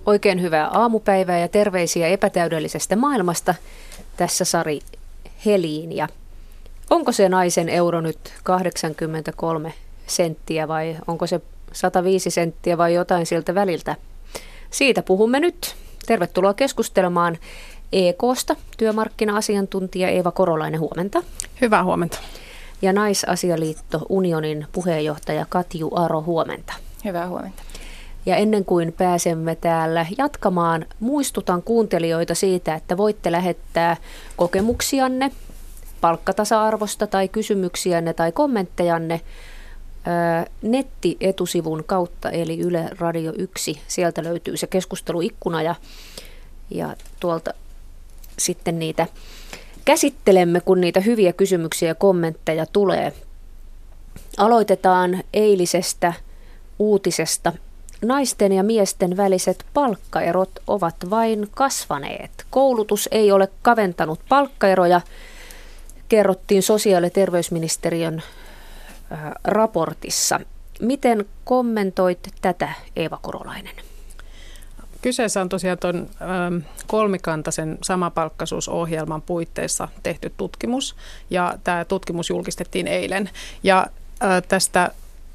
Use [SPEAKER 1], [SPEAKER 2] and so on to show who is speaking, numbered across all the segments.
[SPEAKER 1] Oikein hyvää aamupäivää ja terveisiä epätäydellisestä maailmasta. Tässä Sari Helin. Ja onko se naisen euro nyt 83 senttiä vai onko se 105 senttiä vai jotain siltä väliltä? Siitä puhumme nyt. Tervetuloa keskustelemaan EK:sta. Työmarkkina-asiantuntija Eeva Korolainen, huomenta.
[SPEAKER 2] Hyvää huomenta.
[SPEAKER 1] Ja Naisasialiitto Unionin puheenjohtaja Katju Aro, huomenta.
[SPEAKER 3] Hyvää huomenta.
[SPEAKER 1] Ja ennen kuin pääsemme täällä jatkamaan, muistutan kuuntelijoita siitä, että voitte lähettää kokemuksianne, palkkatasa-arvosta tai kysymyksiänne tai kommenttejanne nettietusivun kautta, eli Yle Radio 1. Sieltä löytyy se keskusteluikkuna ja tuolta sitten niitä käsittelemme, kun niitä hyviä kysymyksiä ja kommentteja tulee. Aloitetaan eilisestä uutisesta. Naisten ja miesten väliset palkkaerot ovat vain kasvaneet. Koulutus ei ole kaventanut palkkaeroja, kerrottiin sosiaali- ja terveysministeriön raportissa. Miten kommentoit tätä, Eeva Korolainen?
[SPEAKER 2] Kyseessä on tosiaan tuon kolmikantaisen samapalkkaisuusohjelman puitteissa tehty tutkimus, ja tämä tutkimus julkistettiin eilen. Ja tästä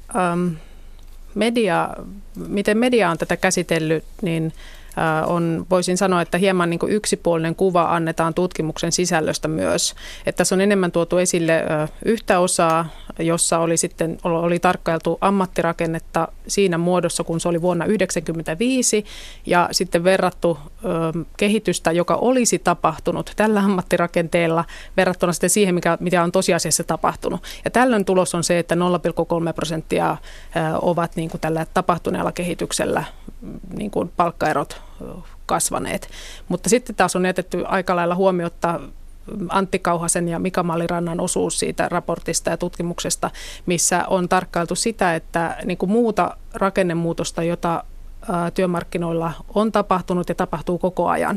[SPEAKER 2] miten media on tätä käsitellyt, niin voisin sanoa, että hieman niin kuin yksipuolinen kuva annetaan tutkimuksen sisällöstä myös. Että tässä on enemmän tuotu esille yhtä osaa, jossa oli tarkkailtu ammattirakennetta siinä muodossa, kun se oli vuonna 1995, ja sitten verrattu kehitystä, joka olisi tapahtunut tällä ammattirakenteella verrattuna sitten siihen, mitä on tosiasiassa tapahtunut. Ja tällöin tulos on se, että 0,3% ovat niin kuin tällä tapahtuneella kehityksellä niin kuin palkkaerot kasvaneet. Mutta sitten taas on jätetty aika lailla huomiota Antti Kauhasen ja Mika Mallirannan osuus siitä raportista ja tutkimuksesta, missä on tarkkailtu sitä, että niin kuin muuta rakennemuutosta, jota työmarkkinoilla on tapahtunut ja tapahtuu koko ajan.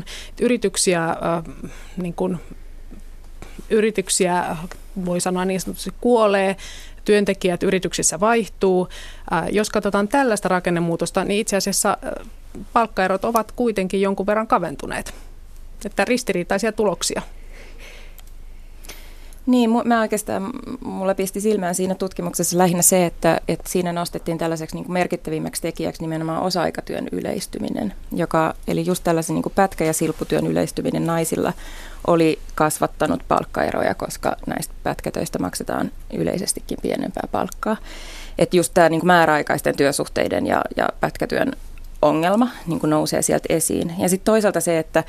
[SPEAKER 2] Yrityksiä voi sanoa niin sanotusti kuolee, työntekijät yrityksissä vaihtuu. Jos katsotaan tällaista rakennemuutosta, niin itse asiassa palkkaerot ovat kuitenkin jonkun verran kaventuneet. Että ristiriitaisia tuloksia.
[SPEAKER 3] Niin, mulla pisti silmään siinä tutkimuksessa lähinnä se, että siinä nostettiin tällaiseksi niin kuin merkittävimmäksi tekijäksi nimenomaan osa-aikatyön yleistyminen, eli just tällaisen niin kuin pätkä- ja silpputyön yleistyminen naisilla oli kasvattanut palkkaeroja, koska näistä pätkätöistä maksetaan yleisestikin pienempää palkkaa. Että just tämä niin kuin määräaikaisten työsuhteiden ja pätkätyön ongelma niin kuin nousee sieltä esiin. Ja sitten toisaalta se, että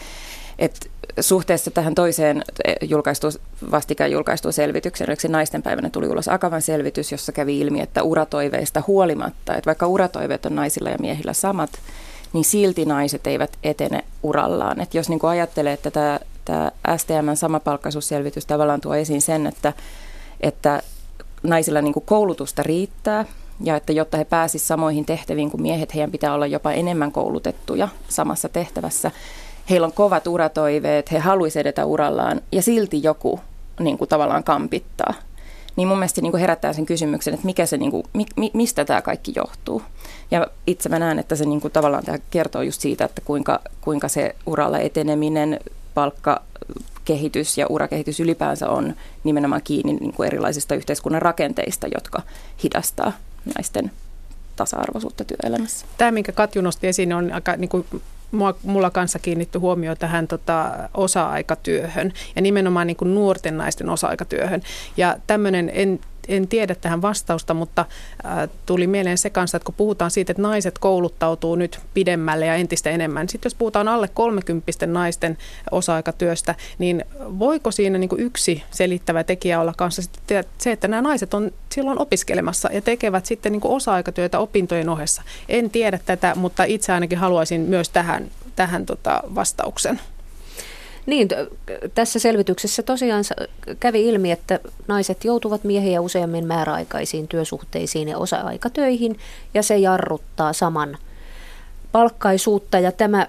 [SPEAKER 3] suhteessa tähän toiseen vastikään julkaistuun selvitykseen, oliko se naistenpäivänä tuli ulos Akavan selvitys, jossa kävi ilmi, että uratoiveista huolimatta, että vaikka uratoiveet on naisilla ja miehillä samat, niin silti naiset eivät etene urallaan. Että jos niin kuin ajattelee, että tämä STM:n samapalkkaisuusselvitys tavallaan tuo esiin sen, että naisilla niin kuin koulutusta riittää, ja että jotta he pääsisivät samoihin tehtäviin kuin miehet, heidän pitää olla jopa enemmän koulutettuja samassa tehtävässä. Heillä on kovat uratoiveet, he haluaisivat edetä urallaan ja silti joku niin kuin tavallaan kampittaa. Niin mun mielestä niin kuin herättää sen kysymyksen, että mikä se, niin kuin, mistä tämä kaikki johtuu. Ja itse mä näen, että se niin kuin tavallaan tämä kertoo just siitä, että kuinka se uralla eteneminen, palkkakehitys ja urakehitys ylipäänsä on nimenomaan kiinni niin kuin erilaisista yhteiskunnan rakenteista, jotka hidastaa naisten tasa-arvoisuutta työelämässä.
[SPEAKER 2] Tämä, minkä Katju nosti esiin, on aika niin kuin mulla kanssa kiinnitty huomioon tähän osa-aikatyöhön ja nimenomaan niin kuin nuorten naisten osa-aikatyöhön. Ja tämmöinen, en tiedä tähän vastausta, mutta tuli mieleen se kanssa, että kun puhutaan siitä, että naiset kouluttautuu nyt pidemmälle ja entistä enemmän. Sitten jos puhutaan alle 30 naisten osa-aikatyöstä, niin voiko siinä niin kuin yksi selittävä tekijä olla kanssa se, että nämä naiset on silloin opiskelemassa ja tekevät sitten niin kuin osa-aikatyötä opintojen ohessa. En tiedä tätä, mutta itse ainakin haluaisin myös tähän vastauksen.
[SPEAKER 1] Niin, tässä selvityksessä tosiaan kävi ilmi, että naiset joutuvat miehiä useammin määräaikaisiin työsuhteisiin ja osa-aikatöihin, ja se jarruttaa saman palkkaisuutta. Ja tämä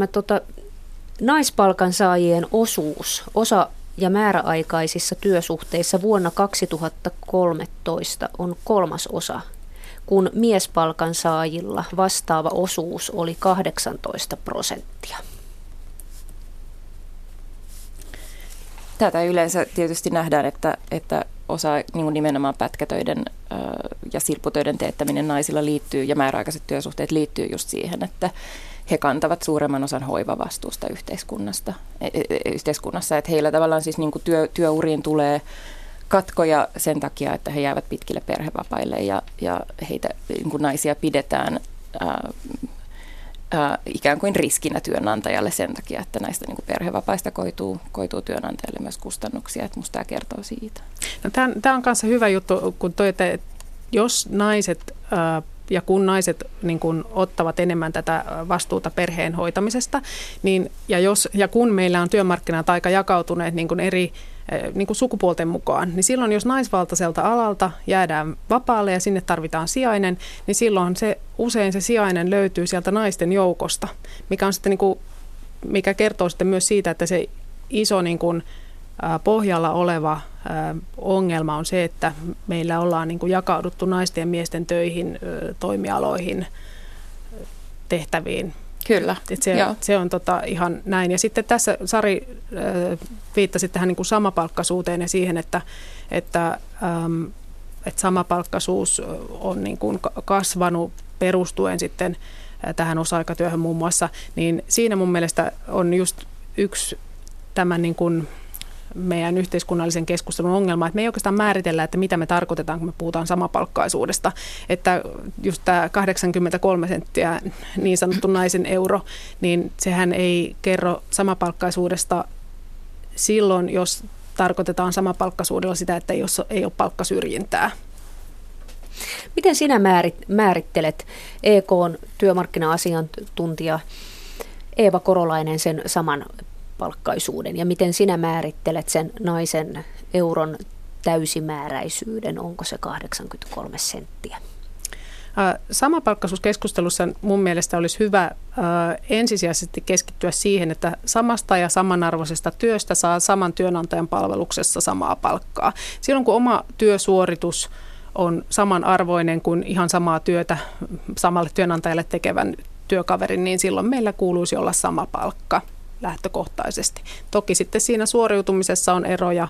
[SPEAKER 1] naispalkansaajien osuus osa- ja määräaikaisissa työsuhteissa vuonna 2013 on 1/3. kun miespalkansaajilla vastaava osuus oli 18%.
[SPEAKER 3] Tätä yleensä tietysti nähdään, että osa niin kuin nimenomaan pätkätöiden ja silpputöiden teettäminen naisilla liittyy ja määräaikaiset työsuhteet liittyy just siihen, että he kantavat suuremman osan hoivavastuusta yhteiskunnassa. Että heillä tavallaan siis niin kuin työuriin tulee katkoja sen takia, että he jäävät pitkille perhevapaille ja heitä niin kuin naisia pidetään ikään kuin riskinä työnantajalle sen takia, että näistä niin kuin perhevapaista koituu työnantajalle myös kustannuksia. Että musta tämä kertoo siitä.
[SPEAKER 2] No, tämä on myös hyvä juttu, kun että jos naiset ja kun naiset niin kun ottavat enemmän tätä vastuuta perheen hoitamisesta, niin, ja kun meillä on työmarkkinat aika jakautuneet niin kun eri niin kun sukupuolten mukaan, niin silloin jos naisvaltaiselta alalta jäädään vapaalle ja sinne tarvitaan sijainen, niin silloin usein se sijainen löytyy sieltä naisten joukosta, mikä on sitten niin kun, mikä kertoo sitten myös siitä, että se iso niin kun, pohjalla oleva ongelma on se, että meillä ollaan niin kuin jakauduttu naisten ja miesten töihin, toimialoihin, tehtäviin.
[SPEAKER 3] Kyllä.
[SPEAKER 2] Se on ihan näin. Ja sitten tässä Sari viittasi tähän niin kuin samapalkkaisuuteen ja siihen, että samapalkkaisuus on niin kuin kasvanut perustuen sitten tähän osa-aikatyöhön muun muassa, niin siinä mun mielestä on just yksi tämän niin kuin meidän yhteiskunnallisen keskustelun ongelma, että me ei oikeastaan määritellä, että mitä me tarkoitetaan, kun me puhutaan samapalkkaisuudesta. Että just tämä 83 senttiä niin sanottu naisen euro, niin sehän ei kerro samapalkkaisuudesta silloin, jos tarkoitetaan samapalkkaisuudella sitä, että ei ole palkkasyrjintää.
[SPEAKER 1] Miten sinä määrittelet EK:n työmarkkina-asiantuntija Eeva Korolainen sen saman palkkaisuuden ja miten sinä määrittelet sen naisen euron täysimääräisyyden, onko se 83 senttiä?
[SPEAKER 2] Samapalkkaisuuskeskustelussa mun mielestä olisi hyvä ensisijaisesti keskittyä siihen, että samasta ja samanarvoisesta työstä saa saman työnantajan palveluksessa samaa palkkaa. Silloin kun oma työsuoritus on samanarvoinen kuin ihan samaa työtä samalle työnantajalle tekevän työkaverin, niin silloin meillä kuuluisi olla sama palkka lähtökohtaisesti. Toki sitten siinä suoriutumisessa on eroja.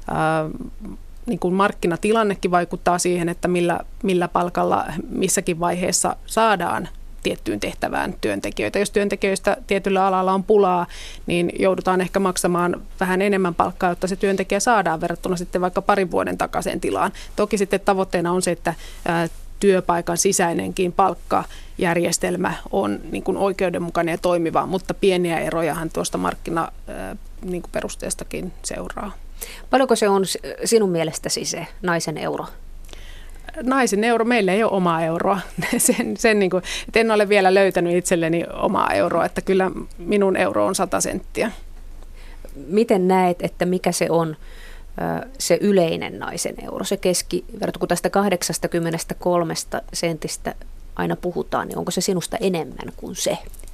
[SPEAKER 2] Niin kuin markkinatilannekin vaikuttaa siihen, että millä palkalla missäkin vaiheessa saadaan tiettyyn tehtävään työntekijöitä. Jos työntekijöistä tietyllä alalla on pulaa, niin joudutaan ehkä maksamaan vähän enemmän palkkaa, jotta se työntekijä saadaan verrattuna sitten vaikka parin vuoden takaiseen tilaan. Toki sitten tavoitteena on se, että työpaikan sisäinenkin palkkajärjestelmä on niin kuin oikeudenmukainen ja toimiva, mutta pieniä erojahan tuosta markkinaperusteestakin seuraa.
[SPEAKER 1] Paljonko se on sinun mielestäsi se naisen euro?
[SPEAKER 2] Naisen euro, meillä ei ole omaa euroa. Sen niin kuin, että en ole vielä löytänyt itselleni omaa euroa, että kyllä minun euro on 100 senttiä.
[SPEAKER 1] Miten näet, että mikä se on se yleinen naisen euro, se keskiverto, kun tästä 83 sentistä aina puhutaan, niin onko se sinusta enemmän kuin se?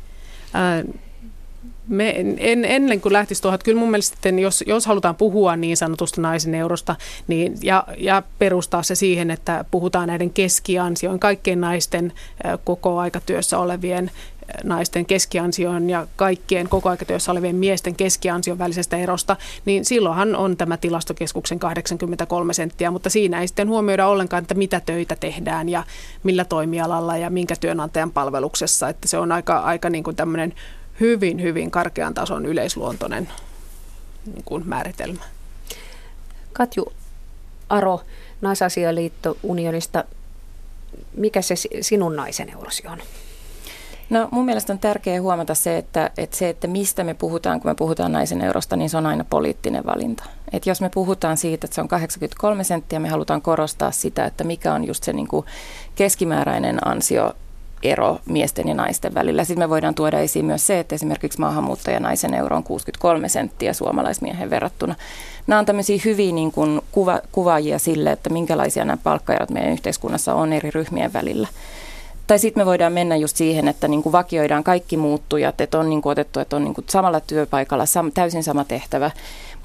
[SPEAKER 2] Ennen kuin lähtisi tuohon, että kyllä mun mielestä sitten, jos halutaan puhua niin sanotusta naisen eurosta, niin, ja perustaa se siihen, että puhutaan näiden keskiansioon, kaikkien naisten kokoaikatyössä olevien naisten keskiansion ja kaikkien kokoaikatyössä olevien miesten keskiansion välisestä erosta, niin silloinhan on tämä tilastokeskuksen 83 senttiä, mutta siinä ei sitten huomioida ollenkaan, että mitä töitä tehdään ja millä toimialalla ja minkä työnantajan palveluksessa, että se on aika niin kuin tämmöinen hyvin, hyvin karkean tason yleisluontoinen niin kuin määritelmä.
[SPEAKER 1] Katju Aro, Naisasialiitto Unionista, mikä se sinun naisen eurosi on?
[SPEAKER 3] No mun mielestä on tärkeää huomata se, että mistä me puhutaan, kun me puhutaan naisen eurosta, niin se on aina poliittinen valinta. Et jos me puhutaan siitä, että se on 83 senttiä, me halutaan korostaa sitä, että mikä on just se niin kuin keskimääräinen ansioero miesten ja naisten välillä. Sitten me voidaan tuoda esiin myös se, että esimerkiksi maahanmuuttajanaisen euro on 63 senttiä suomalaismiehen verrattuna. Nämä on tämmöisiä hyviä niin kuin kuvaajia sille, että minkälaisia nämä palkkaerot meidän yhteiskunnassa on eri ryhmien välillä. Tai sitten me voidaan mennä just siihen, että niin kuin vakioidaan kaikki muuttujat, että on niin kuin otettu, että on niin kuin samalla työpaikalla täysin sama tehtävä.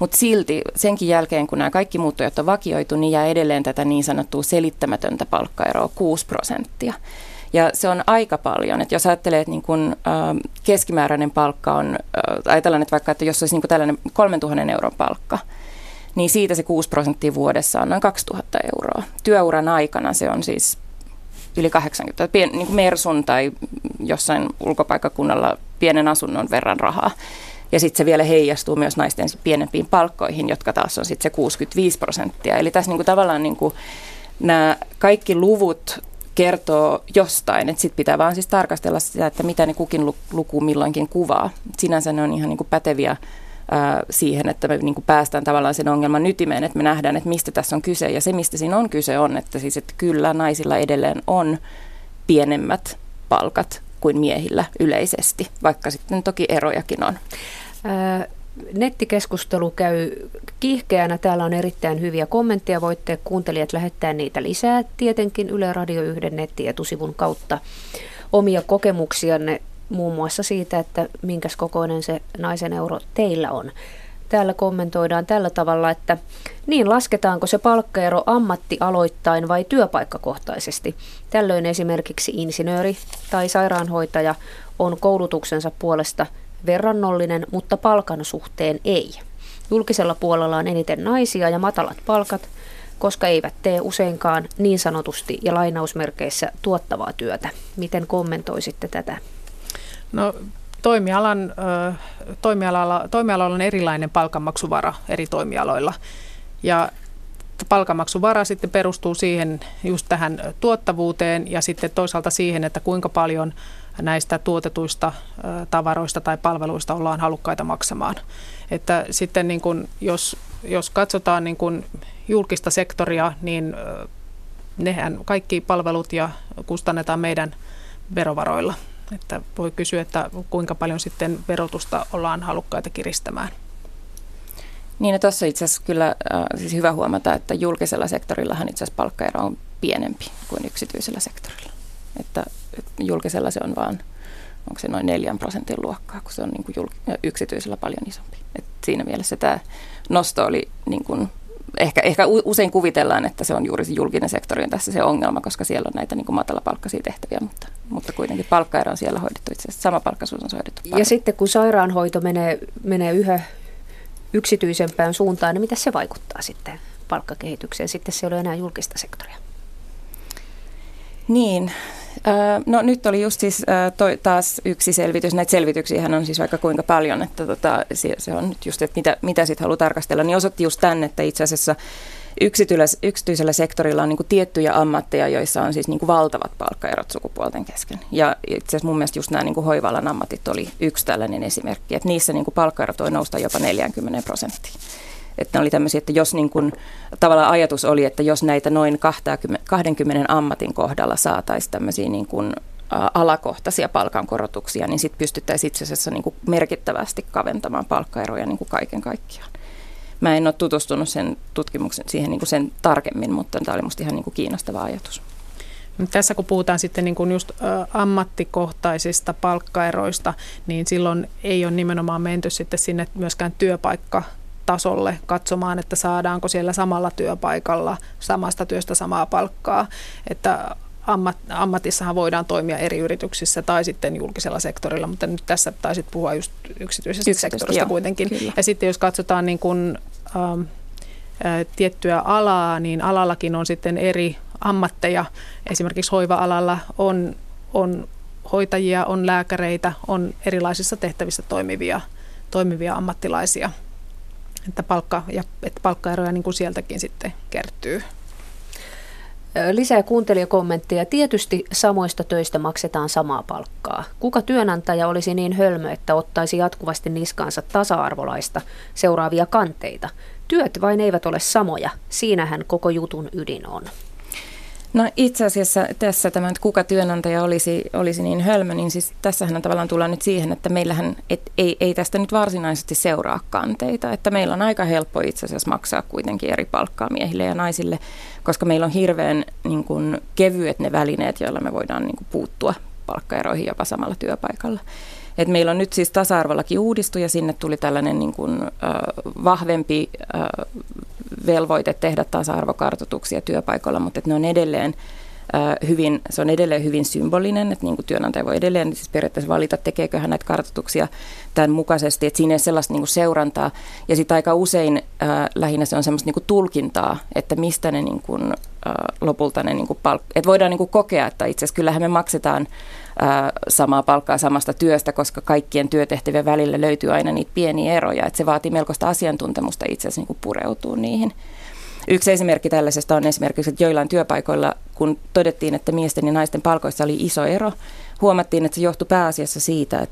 [SPEAKER 3] Mutta silti senkin jälkeen, kun nämä kaikki muuttujat on vakioitu, niin jää edelleen tätä niin sanottua selittämätöntä palkkaeroa 6%. Ja se on aika paljon, että jos ajattelee, että niin kun, keskimääräinen palkka on, ajatellaan, että vaikka että jos olisi niin tällainen 3 000 euron palkka, niin siitä se 6% vuodessa on noin 2 000 euroa. Työuran aikana se on siis yli 80, niin kuin Mersun tai jossain ulkopaikkakunnalla pienen asunnon verran rahaa. Ja sitten se vielä heijastuu myös naisten pienempiin palkkoihin, jotka taas on sitten se 65%. Eli tässä niin kuin tavallaan niin kuin nämä kaikki luvut kertoo jostain, että sitten pitää vaan siis tarkastella sitä, että mitä ne kukin luku milloinkin kuvaa. Sinänsä ne on ihan niin kuin päteviä siihen, että me niin kuin päästään tavallaan sen ongelman ytimeen, että me nähdään, että mistä tässä on kyse. Ja se, mistä siinä on kyse, on, että, siis, että kyllä naisilla edelleen on pienemmät palkat kuin miehillä yleisesti, vaikka sitten toki erojakin on.
[SPEAKER 1] Nettikeskustelu käy kiihkeänä. Täällä on erittäin hyviä kommentteja. Voitte kuuntelijat lähettää niitä lisää tietenkin Yle Radio 1 nettietusivun kautta omia kokemuksianne muun muassa siitä, että minkäs kokoinen se naisen euro teillä on. Täällä kommentoidaan tällä tavalla, että niin lasketaanko se palkkaero ammattialoittain vai työpaikkakohtaisesti. Tällöin esimerkiksi insinööri tai sairaanhoitaja on koulutuksensa puolesta verrannollinen, mutta palkan suhteen ei. Julkisella puolella on eniten naisia ja matalat palkat, koska eivät tee useinkaan niin sanotusti ja lainausmerkeissä tuottavaa työtä. Miten kommentoisitte tätä?
[SPEAKER 2] No, toimialalla on erilainen palkanmaksuvara eri toimialoilla. Ja palkanmaksuvara sitten perustuu siihen just tähän tuottavuuteen ja sitten toisaalta siihen, että kuinka paljon näistä tuotetuista tavaroista tai palveluista ollaan halukkaita maksamaan. Että sitten niin kun, jos katsotaan niin kun julkista sektoria, niin nehän kaikki palvelut ja kustannetaan meidän verovaroilla. Että voi kysyä, että kuinka paljon sitten verotusta ollaan halukkaita kiristämään.
[SPEAKER 3] Niin, tuossa itse asiassa kyllä siis hyvä huomata, että julkisella sektorillahan itse asiassa palkkaero on pienempi kuin yksityisellä sektorilla. Että julkisella se on vaan, onko se noin 4% luokkaa, kun se on niin kuin yksityisellä paljon isompi. Et siinä mielessä tämä nosto oli niin kuin, ehkä usein kuvitellaan, että se on juuri se julkinen sektori on tässä se ongelma, koska siellä on näitä niin kuin matalapalkkaisia tehtäviä, mutta kuitenkin palkkaero on siellä hoidettu itse asiassa, sama palkkaisuus on hoidettu paljon.
[SPEAKER 1] Ja sitten kun sairaanhoito menee yhä yksityisempään suuntaan, niin mitä se vaikuttaa sitten palkkakehitykseen? Sitten se ei ole enää julkista sektoria.
[SPEAKER 3] Niin, no nyt oli just siis taas yksi selvitys. Näitä selvityksiähän on siis vaikka kuinka paljon, että se on nyt just, että mitä sitten haluaa tarkastella. Niin osoitti just tämän, että itse asiassa yksityisellä sektorilla on niin kuin tiettyjä ammatteja, joissa on siis niin kuin valtavat palkkaerot sukupuolten kesken. Ja itse asiassa mun mielestä just nämä niin kuin hoiva-alan ammatit oli yksi tällainen esimerkki, että niissä niin kuin palkkaerot voi nousta jopa 40%. Että ne oli tämmöisiä, että jos niin kuin, tavallaan ajatus oli, että jos näitä noin 20 ammatin kohdalla saataisiin tämmöisiä niin kuin, alakohtaisia palkankorotuksia, niin sitten pystyttäisiin itse asiassa niin kuin merkittävästi kaventamaan palkkaeroja niin kuin kaiken kaikkiaan. Mä en ole tutustunut sen tutkimuksen siihen niin kuin sen tarkemmin, mutta tämä oli musta ihan niin kuin kiinnostava ajatus.
[SPEAKER 2] Tässä kun puhutaan sitten niin kuin just ammattikohtaisista palkkaeroista, niin silloin ei ole nimenomaan menty sitten sinne myöskään työpaikkatasolle katsomaan, että saadaanko siellä samalla työpaikalla samasta työstä samaa palkkaa, että ammatissahan voidaan toimia eri yrityksissä tai sitten julkisella sektorilla, mutta nyt tässä taisit puhua just yksityisestä sektorista kuitenkin. Kyllä. Ja sitten jos katsotaan niin kuin, tiettyä alaa, niin alallakin on sitten eri ammatteja. Esimerkiksi hoiva-alalla on hoitajia, on lääkäreitä, on erilaisissa tehtävissä toimivia ammattilaisia. Että palkkaeroja niin kuin sieltäkin sitten kertyy.
[SPEAKER 1] Lisää kuuntelijakommentteja. Tietysti samoista töistä maksetaan samaa palkkaa. Kuka työnantaja olisi niin hölmö, että ottaisi jatkuvasti niskaansa tasa-arvolaista seuraavia kanteita? Työt vain eivät ole samoja. Siinähän koko jutun ydin on.
[SPEAKER 3] No itse asiassa tässä tämä, että kuka työnantaja olisi niin hölmö, niin siis tässähän tavallaan tullaan nyt siihen, että meillähän ei tästä nyt varsinaisesti seuraa kanteita, että meillä on aika helppo itse asiassa maksaa kuitenkin eri palkkaa miehille ja naisille, koska meillä on hirveän niin kuin kevyet ne välineet, joilla me voidaan niin kuin puuttua palkkaeroihin jopa samalla työpaikalla. meillä on nyt siis tasa-arvolaki uudistui ja sinne tuli tällainen niin kuin, vahvempi velvoite tehdä tasa-arvokartoituksia työpaikoilla, mutta että ne on edelleen se on edelleen hyvin symbolinen, että niin kuin työnantaja voi edelleen siis periaatteessa valita, tekeekö hän näitä kartoituksia tämän mukaisesti, että siinä ei sellaista niin kuin seurantaa. Ja sitten aika usein lähinnä se on semmoista niin kuin tulkintaa, että mistä ne niin kuin, lopulta ne niin kuin että voidaan niin kuin kokea, että itse asiassa kyllähän me maksetaan samaa palkkaa samasta työstä, koska kaikkien työtehtävien välillä löytyy aina niitä pieniä eroja, että se vaatii melkoista asiantuntemusta itse asiassa niin kuin pureutuu niihin. Yksi esimerkki tällaisesta on esimerkiksi, että joillain työpaikoilla, kun todettiin, että miesten ja naisten palkoissa oli iso ero, huomattiin, että se johtui pääasiassa siitä,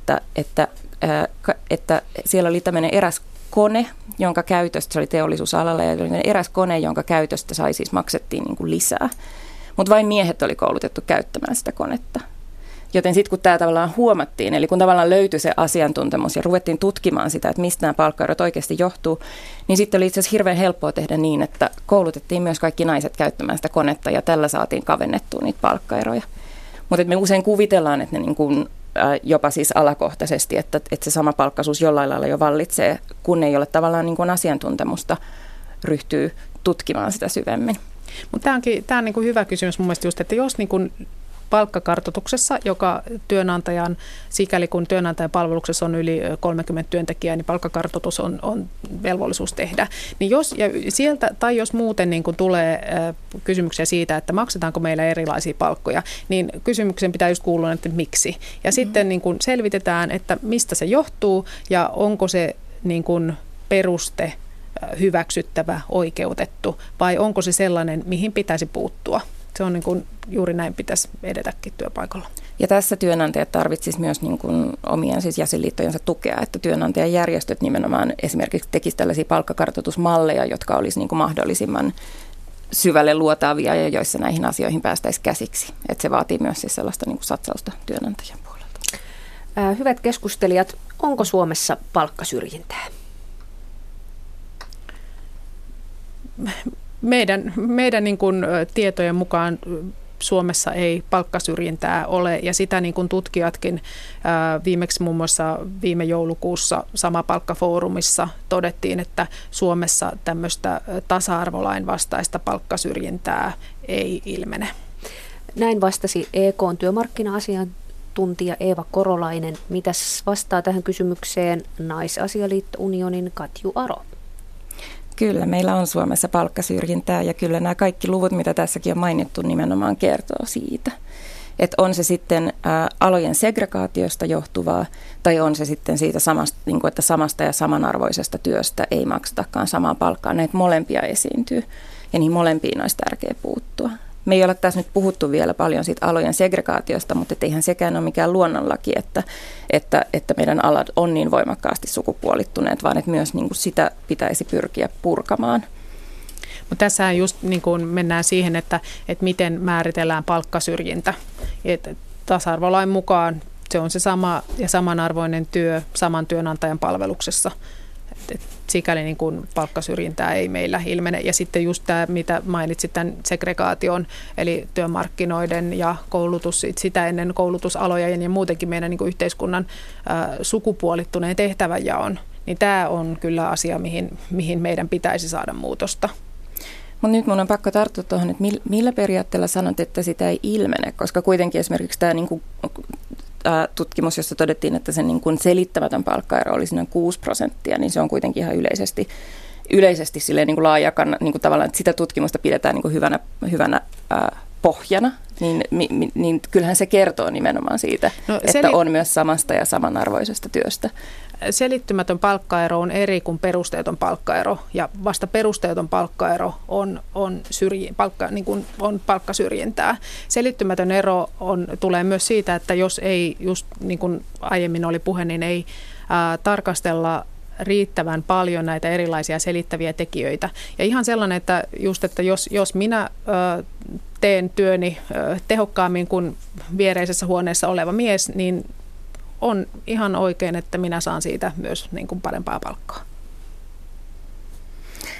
[SPEAKER 3] että siellä oli tämmöinen eräs kone, jonka käytöstä, se oli teollisuusalalla, ja oli eräs kone, jonka käytöstä siis maksettiin niin kuin lisää. Mutta vain miehet oli koulutettu käyttämään sitä konetta. Joten sitten kun tämä tavallaan huomattiin, eli kun tavallaan löytyi se asiantuntemus ja ruvettiin tutkimaan sitä, että mistä nämä palkkaerot oikeasti johtuu, niin sitten oli itse asiassa hirveän helppoa tehdä niin, että koulutettiin myös kaikki naiset käyttämään sitä konetta ja tällä saatiin kavennettua niitä palkkaeroja. Mutta me usein kuvitellaan, että ne niin kuin, jopa siis alakohtaisesti, että se sama palkkaisuus jollain lailla jo vallitsee, kun ei ole tavallaan niin kuin asiantuntemusta ryhtyy tutkimaan sitä syvemmin.
[SPEAKER 2] Mutta tämä on niin kuin hyvä kysymys mun mielestä just, että jos niin kuin palkkakartoituksessa, joka työnantajan, sikäli kun työnantajan palveluksessa on yli 30 työntekijää, niin palkkakartoitus on velvollisuus tehdä. Niin jos, ja sieltä, tai jos muuten niin kun tulee kysymyksiä siitä, että maksetaanko meillä erilaisia palkkoja, niin kysymyksen pitää just kuulua, että miksi. Ja sitten niin kun selvitetään, että mistä se johtuu ja onko se niin kun peruste hyväksyttävä, oikeutettu vai onko se sellainen, mihin pitäisi puuttua. Se on niin kuin juuri näin pitäisi edetäkin työpaikalla.
[SPEAKER 3] Ja tässä työnantajat tarvitsisivat myös niin kuin omien siis jäsenliittojensa tukea, että työnantajajärjestöt nimenomaan esimerkiksi tekisivät tällaisia palkkakartoitusmalleja, jotka olisi niin kuin mahdollisimman syvälle luotaavia ja joissa näihin asioihin päästäisiin käsiksi. Että se vaatii myös siis sellaista niin kuin satsausta työnantajan puolelta.
[SPEAKER 1] Hyvät keskustelijat, onko Suomessa palkkasyrjintää?
[SPEAKER 2] Meidän niin kuin tietojen mukaan Suomessa ei palkkasyrjintää ole ja sitä niin kuin tutkijatkin viimeksi muun muassa viime joulukuussa Samapalkkafoorumissa todettiin, että Suomessa tämmöistä tasa-arvolain vastaista palkkasyrjintää ei ilmene.
[SPEAKER 1] Näin vastasi EK:n työmarkkina-asiantuntija Eeva Korolainen. Mitäs vastaa tähän kysymykseen Naisasialiitto Unionin Katju Aro?
[SPEAKER 3] Kyllä, meillä on Suomessa palkkasyrjintää ja kyllä nämä kaikki luvut, mitä tässäkin on mainittu, nimenomaan kertoo siitä. Että on se sitten alojen segregaatiosta johtuvaa tai on se sitten siitä samasta, niin kuin, että samasta ja samanarvoisesta työstä ei maksetakaan samaa palkkaa. Näitä molempia esiintyy ja niihin molempiin olisi tärkeää puuttua. Me ei ole tässä nyt puhuttu vielä paljon siitä alojen segregaatiosta, mutta eihän sekään ole mikään luonnonlaki, että meidän alat on niin voimakkaasti sukupuolittuneet, vaan että myös niin kuin sitä pitäisi pyrkiä purkamaan.
[SPEAKER 2] Mutta tässähän just niin kuin mennään siihen, että miten määritellään palkkasyrjintä. Et tasa-arvolain mukaan se on se sama ja samanarvoinen työ saman työnantajan palveluksessa. Et sikäli niin kuin palkkasyrjintää ei meillä ilmene. Ja sitten just tämä, mitä mainitsit, tämän segregaation, eli työmarkkinoiden ja koulutus, sitä ennen koulutusalojen ja muutenkin meidän niin kuin yhteiskunnan sukupuolittuneen tehtävänjaon, niin tämä on kyllä asia, mihin meidän pitäisi saada muutosta.
[SPEAKER 3] Mutta nyt minun on pakko tarttua tuohon, että millä periaatteella sanot, että sitä ei ilmene, koska kuitenkin esimerkiksi tämä niin kuin tutkimus, jossa todettiin, että se niin kuin selittämätön palkkaero olisi noin 6%, niin se on kuitenkin ihan yleisesti silleen niin kuin laajakan, niin kuin tavallaan, että sitä tutkimusta pidetään niin kuin hyvänä pohjana, niin kyllähän se kertoo nimenomaan siitä, että on myös samasta ja samanarvoisesta työstä.
[SPEAKER 2] Selittymätön palkkaero on eri kuin perusteeton palkkaero ja vasta perusteeton palkkaero on palkkasyrjintää. Selittymätön ero tulee myös siitä, että jos ei, just niin kuin aiemmin oli puhe, niin ei tarkastella riittävän paljon näitä erilaisia selittäviä tekijöitä. Ja ihan sellainen, että jos minä teen työni tehokkaammin kuin viereisessä huoneessa oleva mies, niin on ihan oikein, että minä saan siitä myös niin kuin parempaa palkkaa.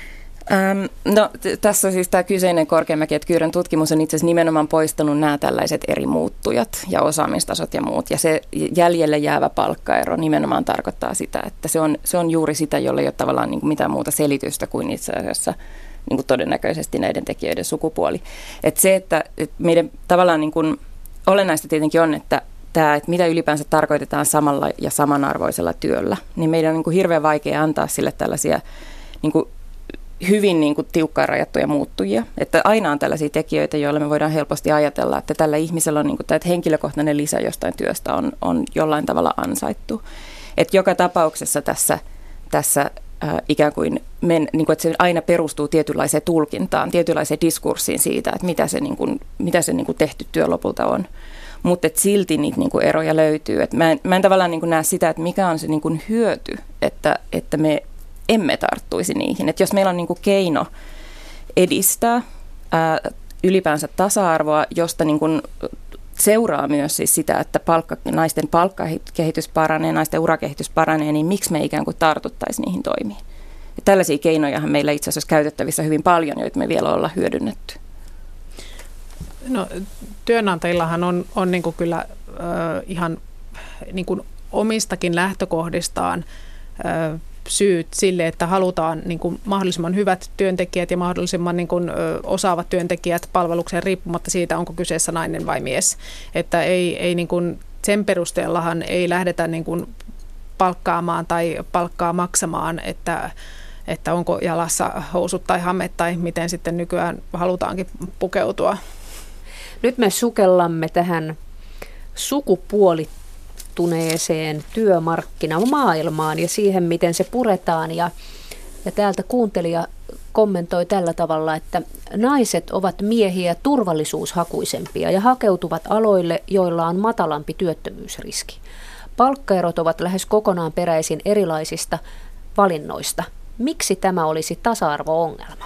[SPEAKER 3] Tässä siis tämä kyseinen Korkeamäki ja Kyyrön tutkimus on itse asiassa nimenomaan poistanut nämä tällaiset eri muuttujat ja osaamistasot ja muut. Ja se jäljelle jäävä palkkaero nimenomaan tarkoittaa sitä, että se on juuri sitä, jolle ei ole tavallaan niin kuin mitään muuta selitystä kuin itse asiassa niin kuin todennäköisesti näiden tekijöiden sukupuoli. Että se, että meidän tavallaan niin kuin olennaista tietenkin on, että mitä ylipäänsä tarkoitetaan samalla ja samanarvoisella työllä, niin meidän on niin kuin hirveän vaikea antaa sille tällaisia niin kuin hyvin niin kuin tiukkaan rajattuja muuttujia. Että aina on tällaisia tekijöitä, joilla me voidaan helposti ajatella, että tällä ihmisellä on niin kuin, että henkilökohtainen lisä jostain työstä on jollain tavalla ansaittu. Että joka tapauksessa tässä ikään kuin, niin kuin, että se aina perustuu tietynlaiseen tulkintaan, tietynlaiseen diskurssiin siitä, että mitä se niin kuin tehty työ lopulta on. Mutta silti niitä niin kuin eroja löytyy. Et mä en tavallaan niin kuin näe sitä, että mikä on se niin kuin hyöty, että me emme tarttuisi niihin. Et jos meillä on niin kuin keino edistää ylipäänsä tasa-arvoa, josta niin kuin seuraa myös siis sitä, että naisten palkkakehitys paranee, naisten urakehitys paranee, niin miksi me ikään kuin tartuttaisiin niihin toimiin? Ja tällaisia keinojahan meillä itse asiassa käytettävissä hyvin paljon, joita me vielä ollaan hyödynnetty.
[SPEAKER 2] No, työnantajillahan on niin kuin kyllä ihan niin kuin omistakin lähtökohdistaan syyt sille, että halutaan niin kuin mahdollisimman hyvät työntekijät ja mahdollisimman niin kuin osaavat työntekijät palvelukseen riippumatta siitä, onko kyseessä nainen vai mies. Että ei niin kuin sen perusteellahan ei lähdetä niin kuin palkkaamaan tai palkkaa maksamaan, että onko jalassa housut tai hame tai miten sitten nykyään halutaankin pukeutua.
[SPEAKER 1] Nyt me sukellamme tähän sukupuolittuneeseen työmarkkinamaailmaan ja siihen, miten se puretaan. Ja täältä kuuntelija kommentoi tällä tavalla, että naiset ovat miehiä turvallisuushakuisempia ja hakeutuvat aloille, joilla on matalampi työttömyysriski. Palkkaerot ovat lähes kokonaan peräisin erilaisista valinnoista. Miksi tämä olisi tasa-arvo-ongelma?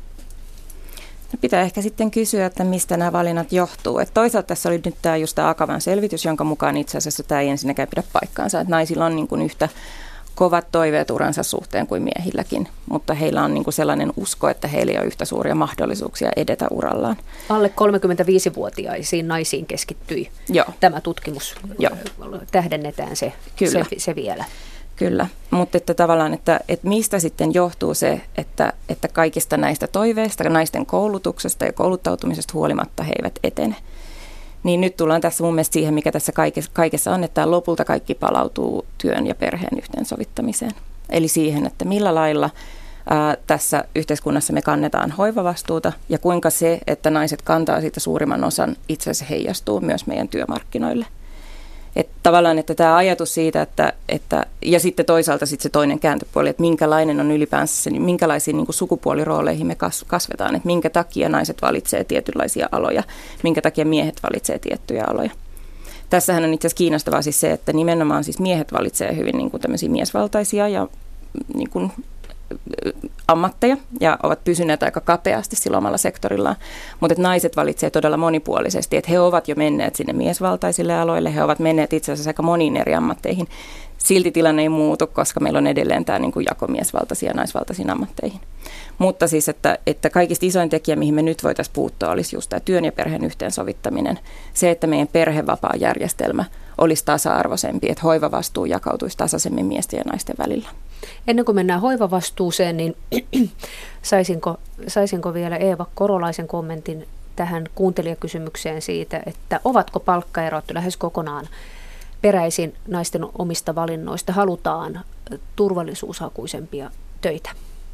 [SPEAKER 3] Pitää ehkä sitten kysyä, että mistä nämä valinnat johtuu. Että toisaalta tässä oli nyt tämä Akavan selvitys, jonka mukaan itse asiassa tämä ei ensinnäkään pidä paikkaansa. Että naisilla on niin kuin yhtä kovat toiveet uransa suhteen kuin miehilläkin, mutta heillä on niin kuin sellainen usko, että heillä on yhtä suuria mahdollisuuksia edetä urallaan.
[SPEAKER 1] Alle 35-vuotiaisiin naisiin keskittyi tämä tutkimus. Tähdennetään se vielä.
[SPEAKER 3] Kyllä, mutta että tavallaan, että mistä sitten johtuu se, että kaikista näistä toiveista, naisten koulutuksesta ja kouluttautumisesta huolimatta he eivät etene. Niin nyt tullaan tässä mun mielestä siihen, mikä tässä kaikessa on, että lopulta kaikki palautuu työn ja perheen yhteensovittamiseen. Eli siihen, että millä lailla tässä yhteiskunnassa me kannetaan hoivavastuuta ja kuinka se, että naiset kantaa siitä suurimman osan, itse asiassa heijastuu myös meidän työmarkkinoille. Että tavallaan, että tämä ajatus siitä, että ja sitten toisaalta sitten se toinen kääntöpuoli, että minkälainen on ylipäänsä se, minkälaisiin niin kuin sukupuolirooleihin me kasvetaan, että minkä takia naiset valitsee tietynlaisia aloja, minkä takia miehet valitsee tiettyjä aloja. Tässähän on itse asiassa kiinnostavaa siis se, että nimenomaan siis miehet valitsee hyvin niin kuin tämmöisiä miesvaltaisia ja niin kuin ammatteja ja ovat pysyneet aika kapeasti sillä omalla sektorillaan, mutta naiset valitsee todella monipuolisesti, että he ovat jo menneet sinne miesvaltaisille aloille, he ovat menneet itse asiassa aika moniin eri ammatteihin. Silti tilanne ei muutu, koska meillä on edelleen tämä niin kuin jako miesvaltaisiin ja naisvaltaisiin ammatteihin. Mutta siis, että kaikista isoin tekijä, mihin me nyt voitaisiin puuttua, olisi just tämä työn ja perheen yhteensovittaminen. Se, että meidän perhevapaajärjestelmä olisi tasa-arvoisempi, että hoivavastuu jakautuisi tasaisemmin miesten ja naisten välillä.
[SPEAKER 1] Ennen kuin mennään hoivavastuuseen, niin saisinko vielä Eeva Korolaisen kommentin tähän kuuntelijakysymykseen siitä, että ovatko palkkaerot lähes kokonaan peräisin naisten omista valinnoista, halutaan turvallisuushakuisempia töitä?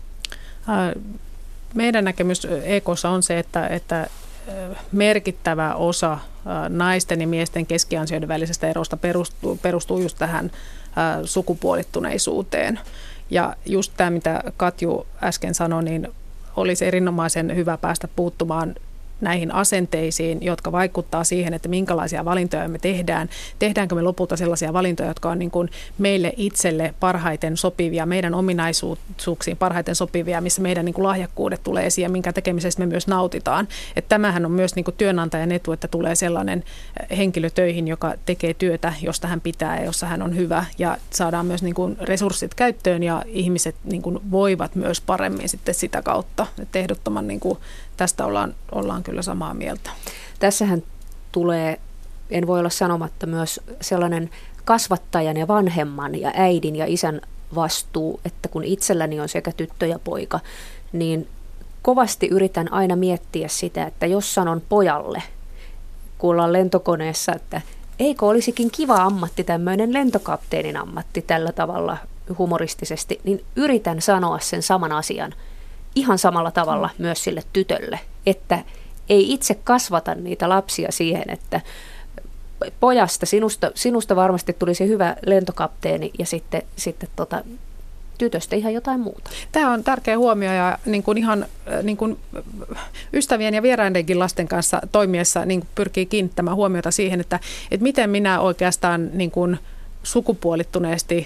[SPEAKER 2] Meidän näkemys EK:ssa on se, että merkittävä osa naisten ja miesten keskiansioiden välisestä erosta perustuu just tähän sukupuolittuneisuuteen. Ja just tämä, mitä Katju äsken sanoi, niin olisi erinomaisen hyvä päästä puuttumaan näihin asenteisiin, jotka vaikuttaa siihen, että minkälaisia valintoja me tehdään. Tehdäänkö me lopulta sellaisia valintoja, jotka on niin kuin meille itselle parhaiten sopivia, meidän ominaisuuksiin parhaiten sopivia, missä meidän niin kuin lahjakkuudet tulee esiin ja minkä tekemisestä me myös nautitaan. Että tämähän on myös niin kuin työnantajan etu, että tulee sellainen henkilö töihin, joka tekee työtä, josta hän pitää ja jossa hän on hyvä ja saadaan myös niin kuin resurssit käyttöön ja ihmiset niin kuin voivat myös paremmin sitten sitä kautta. Että ehdottoman niin kuin tästä ollaan kyllä samaa mieltä.
[SPEAKER 1] Tässähän tulee, en voi olla sanomatta, myös sellainen kasvattajan ja vanhemman ja äidin ja isän vastuu, että kun itselläni on sekä tyttö ja poika, niin kovasti yritän aina miettiä sitä, että jos sanon pojalle, kun ollaan lentokoneessa, että eikö olisikin kiva ammatti, tämmöinen lentokapteenin ammatti tällä tavalla humoristisesti, niin yritän sanoa sen saman asian ihan samalla tavalla myös sille tytölle, että ei itse kasvata niitä lapsia siihen, että pojasta, sinusta varmasti tulisi hyvä lentokapteeni ja sitten tytöstä ihan jotain muuta.
[SPEAKER 2] Tämä on tärkeä huomio ja niin kuin ihan niin kuin ystävien ja vieraidenkin lasten kanssa toimiessa niin kuin pyrkii kiinnittämään huomiota siihen, että miten minä oikeastaan niin kuin sukupuolittuneesti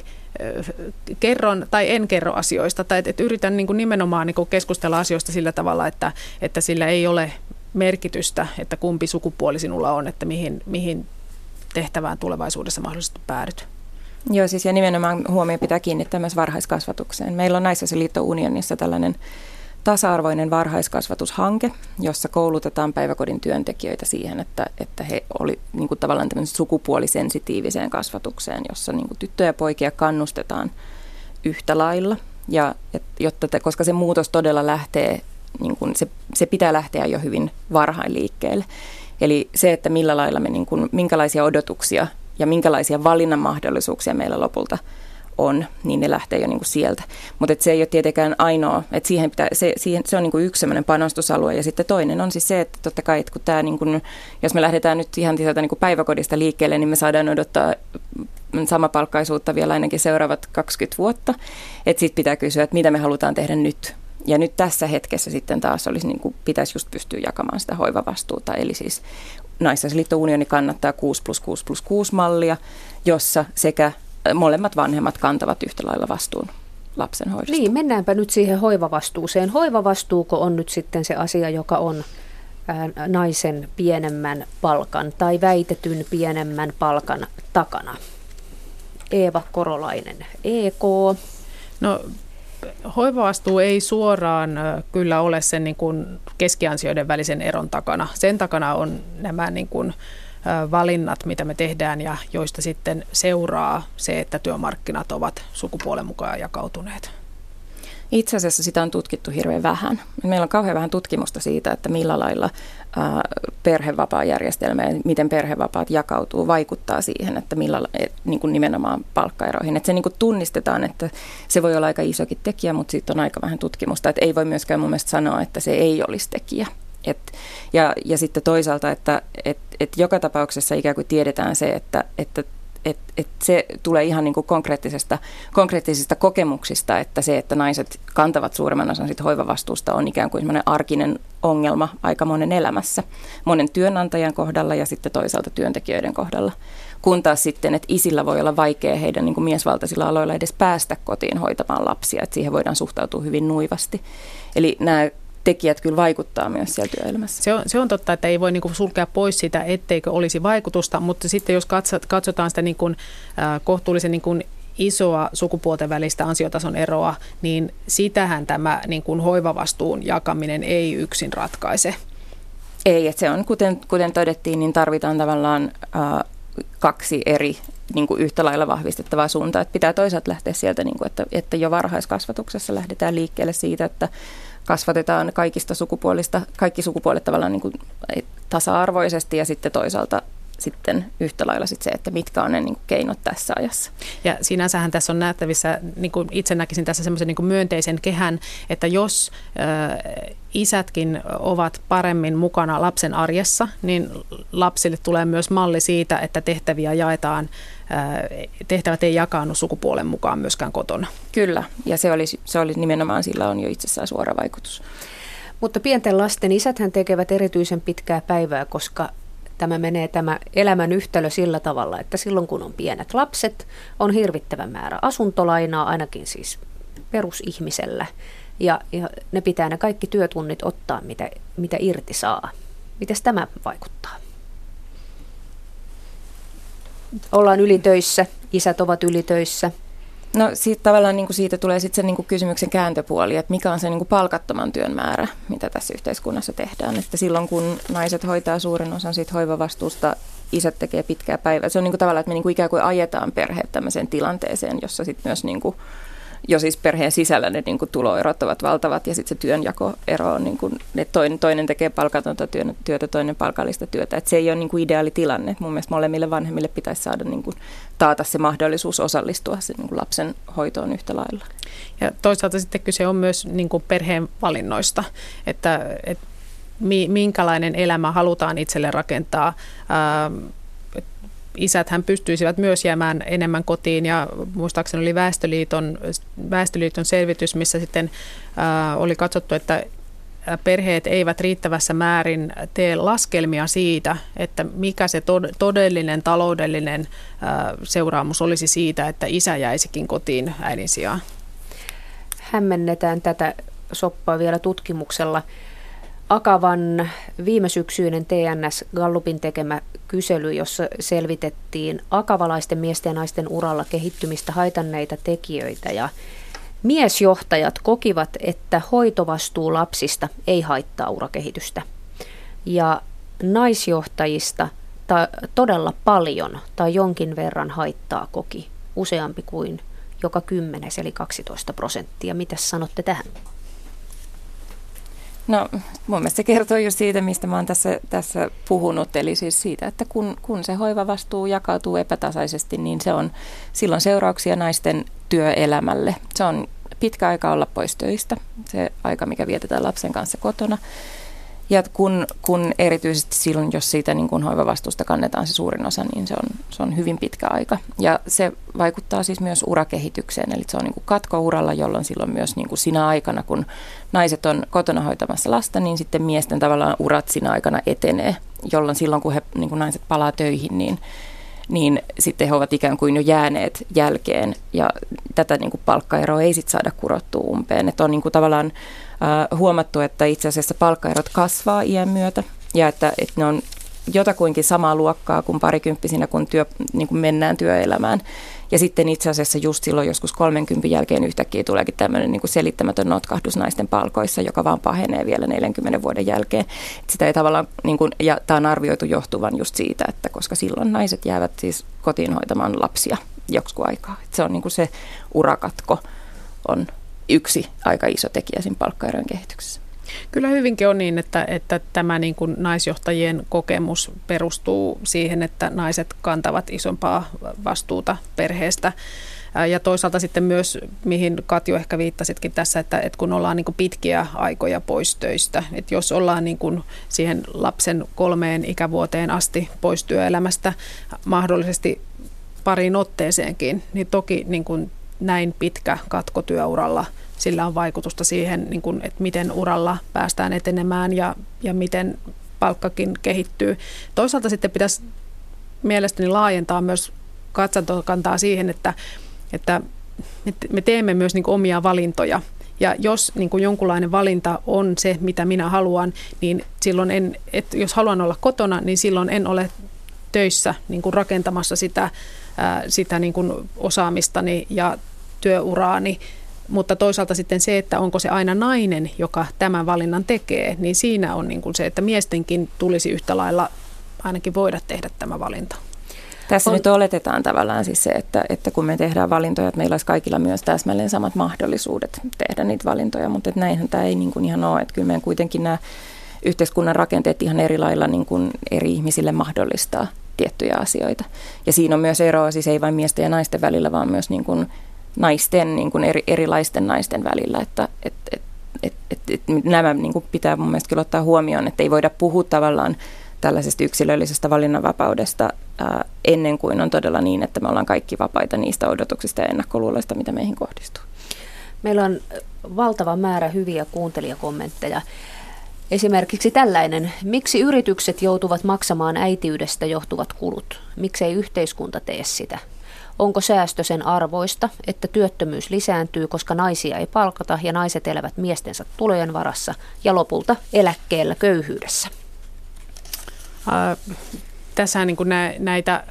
[SPEAKER 2] kerron tai en kerro asioista. Tai että yritän niin kuin nimenomaan niin kuin keskustella asioista sillä tavalla, että sillä ei ole merkitystä, että kumpi sukupuoli sinulla on, että mihin tehtävään tulevaisuudessa mahdollisesti päädyt.
[SPEAKER 3] Joo, siis ja nimenomaan huomio pitää kiinnittää myös varhaiskasvatukseen. Meillä on Naisasialiitto Unionissa tällainen tasa-arvoinen varhaiskasvatushanke, jossa koulutetaan päiväkodin työntekijöitä siihen, että he oli niin kuin tavallaan tämmöisen sukupuolisensitiiviseen kasvatukseen, jossa niin kuin tyttöjä ja poikia kannustetaan yhtä lailla, ja koska se muutos todella lähtee, niin kuin se pitää lähteä jo hyvin varhain liikkeelle. Eli se, että millä lailla me niin kuin, minkälaisia odotuksia ja minkälaisia valinnan mahdollisuuksia meillä lopulta on, niin ne lähtee jo niin kuin sieltä. Mutta se ei ole tietenkään ainoa, että se on niin kuin yksi sellainen panostusalue. Ja sitten toinen on siis se, että totta kai, että kun tämä niin kuin, jos me lähdetään nyt ihan sieltä niin kuin päiväkodista liikkeelle, niin me saadaan odottaa samapalkkaisuutta vielä ainakin seuraavat 20 vuotta. Että sitten pitää kysyä, että mitä me halutaan tehdä nyt. Ja nyt tässä hetkessä sitten taas olisi, niin kuin, pitäisi just pystyä jakamaan sitä hoivavastuuta. Eli siis Naisasialiitto Unioni kannattaa 6+6+6-mallia, jossa sekä molemmat vanhemmat kantavat yhtä lailla vastuun lapsen hoidosta.
[SPEAKER 1] Niin, mennäänpä nyt siihen hoivavastuuseen. Hoivavastuuko on nyt sitten se asia, joka on naisen pienemmän palkan tai väitetyn pienemmän palkan takana? Eeva Korolainen, EK.
[SPEAKER 2] No, hoivavastuu ei suoraan kyllä ole sen niin kuin keskiansioiden välisen eron takana. Sen takana on nämä niin kuin valinnat, mitä me tehdään ja joista sitten seuraa se, että työmarkkinat ovat sukupuolen mukaan jakautuneet.
[SPEAKER 3] Itse asiassa sitä on tutkittu hirveän vähän. Meillä on kauhean vähän tutkimusta siitä, että millä lailla perhevapaajärjestelmä ja miten perhevapaat jakautuu, vaikuttaa siihen, että niin kuin nimenomaan palkkaeroihin. Että se niin kuin tunnistetaan, että se voi olla aika isokin tekijä, mutta sitten on aika vähän tutkimusta. Että ei voi myöskään mun mielestä sanoa, että se ei olisi tekijä. Ja sitten toisaalta, että joka tapauksessa ikään kuin tiedetään se, että se tulee ihan niin kuin konkreettisista kokemuksista, että se, että naiset kantavat suuremman osan sit hoivavastuusta, on ikään kuin semmoinen arkinen ongelma aika monen elämässä, monen työnantajan kohdalla ja sitten toisaalta työntekijöiden kohdalla. Kun taas sitten, että isillä voi olla vaikea heidän niin kuin miesvaltaisilla aloilla edes päästä kotiin hoitamaan lapsia, että siihen voidaan suhtautua hyvin nuivasti. Eli nämä tekijät kyllä vaikuttaa myös siellä työelämässä.
[SPEAKER 2] Se on totta, että ei voi niinku sulkea pois sitä, etteikö olisi vaikutusta, mutta sitten jos katsotaan sitä niinku, kohtuullisen niinku isoa sukupuolten välistä ansiotason eroa, niin sitähän tämä niinku hoivavastuun jakaminen ei yksin ratkaise.
[SPEAKER 3] Ei, että se on, kuten todettiin, niin tarvitaan tavallaan kaksi eri niin kuin yhtä lailla vahvistettavaa suuntaa. Että pitää toisaalta lähteä sieltä, niin kuin, että jo varhaiskasvatuksessa lähdetään liikkeelle siitä, että kasvatetaan kaikki sukupuolet tavallaan niin kuin tasa-arvoisesti ja sitten toisaalta sitten yhtä lailla sitten se, että mitkä on ne niin kuin keinot tässä ajassa.
[SPEAKER 2] Ja sinänsähän tässä on nähtävissä, niin kuin itse näkisin tässä semmoisen niin kuin myönteisen kehän, että jos isätkin ovat paremmin mukana lapsen arjessa, niin lapsille tulee myös malli siitä, että tehtäviä jaetaan, tehtävät ei jakaannu sukupuolen mukaan myöskään kotona.
[SPEAKER 3] Kyllä, ja se oli nimenomaan, sillä on jo itsessään suora vaikutus.
[SPEAKER 1] Mutta pienten lasten isäthän tekevät erityisen pitkää päivää, koska tämä elämän yhtälö sillä tavalla, että silloin kun on pienet lapset, on hirvittävä määrä asuntolainaa, ainakin siis perusihmisellä. Ja ne pitää ne kaikki työtunnit ottaa, mitä irti saa. Mites tämä vaikuttaa? Ollaan ylitöissä, isät ovat ylitöissä.
[SPEAKER 3] No tavallaan siitä tulee sitten se kysymyksen kääntöpuoli, että mikä on se palkattoman työn määrä, mitä tässä yhteiskunnassa tehdään. Että silloin kun naiset hoitaa suurin osan siitä hoivavastuusta, isät tekee pitkää päivää. Se on tavallaan, että me ikään kuin ajetaan perheet tämmöiseen tilanteeseen, jossa sitten myös jo siis perheen sisällä ne tuloerot ovat valtavat ja sitten se työnjakoero on, että toinen tekee palkatonta työtä, toinen palkallista työtä. Että se ei ole ideaali tilanne. Mun mielestä molemmille vanhemmille pitäisi saada taata se mahdollisuus osallistua sen lapsen hoitoon yhtä lailla.
[SPEAKER 2] Ja toisaalta sitten kyse on myös perheen valinnoista, että minkälainen elämä halutaan itselle rakentaa. Isäthän pystyisivät myös jäämään enemmän kotiin ja muistaakseni oli Väestöliiton selvitys, missä sitten oli katsottu, että perheet eivät riittävässä määrin tee laskelmia siitä, että mikä se todellinen taloudellinen seuraamus olisi siitä, että isä jäisikin kotiin äidin sijaan.
[SPEAKER 1] Hämmennetään tätä soppaa vielä tutkimuksella. Akavan viimesyksyinen TNS Gallupin tekemä kysely, jossa selvitettiin akavalaisten miesten ja naisten uralla kehittymistä haitanneita tekijöitä. Ja miesjohtajat kokivat, että hoitovastuu lapsista ei haittaa urakehitystä. Ja naisjohtajista todella paljon tai jonkin verran haittaa koki useampi kuin joka 10, eli 12%. Mitäs sanotte tähän?
[SPEAKER 3] No mun mielestä se kertoo jo siitä, mistä mä oon tässä puhunut, eli siis siitä, että kun se hoivavastuu jakautuu epätasaisesti, niin se on silloin seurauksia naisten työelämälle. Se on pitkä aika olla pois töistä, se aika, mikä vietetään lapsen kanssa kotona. Ja kun erityisesti silloin, jos siitä hoivavastuusta kannetaan se suurin osa, niin se on hyvin pitkä aika. Ja se vaikuttaa siis myös urakehitykseen, eli se on katko uralla, jolloin silloin myös sinä aikana, kun naiset on kotona hoitamassa lasta, niin sitten miesten tavallaan urat siinä aikana etenee, jolloin silloin, kun naiset palaa töihin, niin sitten he ovat ikään kuin jo jääneet jälkeen ja tätä palkkaeroa ei sitten saada kurottua umpeen. Että on tavallaan huomattu, että itse asiassa palkkaerot kasvaa iän myötä ja että ne on jotakuinkin samaa luokkaa kuin parikymppisinä, kun mennään työelämään. Ja sitten itse asiassa just silloin joskus 30 jälkeen yhtäkkiä tuleekin tämmöinen selittämätön notkahdus naisten palkoissa, joka vaan pahenee vielä 40 vuoden jälkeen. Sitä ei tavallaan, ja tämä on arvioitu johtuvan just siitä, että koska silloin naiset jäävät siis kotiin hoitamaan lapsia joksikun aikaa. Se on se urakatko on yksi aika iso tekijä siinä palkkaerojen kehityksessä.
[SPEAKER 2] Kyllä hyvinkin on niin, että tämä naisjohtajien kokemus perustuu siihen, että naiset kantavat isompaa vastuuta perheestä. Ja toisaalta sitten myös, mihin Katju ehkä viittasitkin tässä, että kun ollaan pitkiä aikoja pois töistä, että jos ollaan siihen lapsen 3 ikävuoteen asti pois työelämästä mahdollisesti pariin otteeseenkin, niin toki näin pitkä katko työuralla, sillä on vaikutusta siihen, että miten uralla päästään etenemään ja miten palkkakin kehittyy. Toisaalta sitten pitäisi mielestäni laajentaa myös katsantokantaa siihen, että me teemme myös omia valintoja. Ja jos jonkunlainen valinta on se, mitä minä haluan, niin silloin jos haluan olla kotona, niin silloin en ole töissä rakentamassa sitä osaamistani ja työuraani. Mutta toisaalta sitten se, että onko se aina nainen, joka tämän valinnan tekee, niin siinä on se, että miestenkin tulisi yhtä lailla ainakin voida tehdä tämä valinta.
[SPEAKER 3] Tässä nyt oletetaan tavallaan siis se, että kun me tehdään valintoja, että meillä olisi kaikilla myös täsmälleen samat mahdollisuudet tehdä niitä valintoja, mutta että näinhän tämä ei ihan ole. Että kyllä meidän kuitenkin nämä yhteiskunnan rakenteet ihan eri lailla eri ihmisille mahdollistaa tiettyjä asioita. Ja siinä on myös eroa siis ei vain miesten ja naisten välillä, vaan myös naisten, erilaisten naisten välillä, että nämä pitää mun mielestä kyllä ottaa huomioon, että ei voida puhua tavallaan tällaisesta yksilöllisestä valinnanvapaudesta ennen kuin on todella niin, että me ollaan kaikki vapaita niistä odotuksista ja ennakkoluuloista, mitä meihin kohdistuu.
[SPEAKER 1] Meillä on valtava määrä hyviä kuuntelijakommentteja. Esimerkiksi tällainen, miksi yritykset joutuvat maksamaan äitiydestä johtuvat kulut? Miksei yhteiskunta tee sitä? Onko säästö sen arvoista, että työttömyys lisääntyy, koska naisia ei palkata ja naiset elävät miestensä tulojen varassa ja lopulta köyhyydessä?
[SPEAKER 2] Tässä niin kuin näitä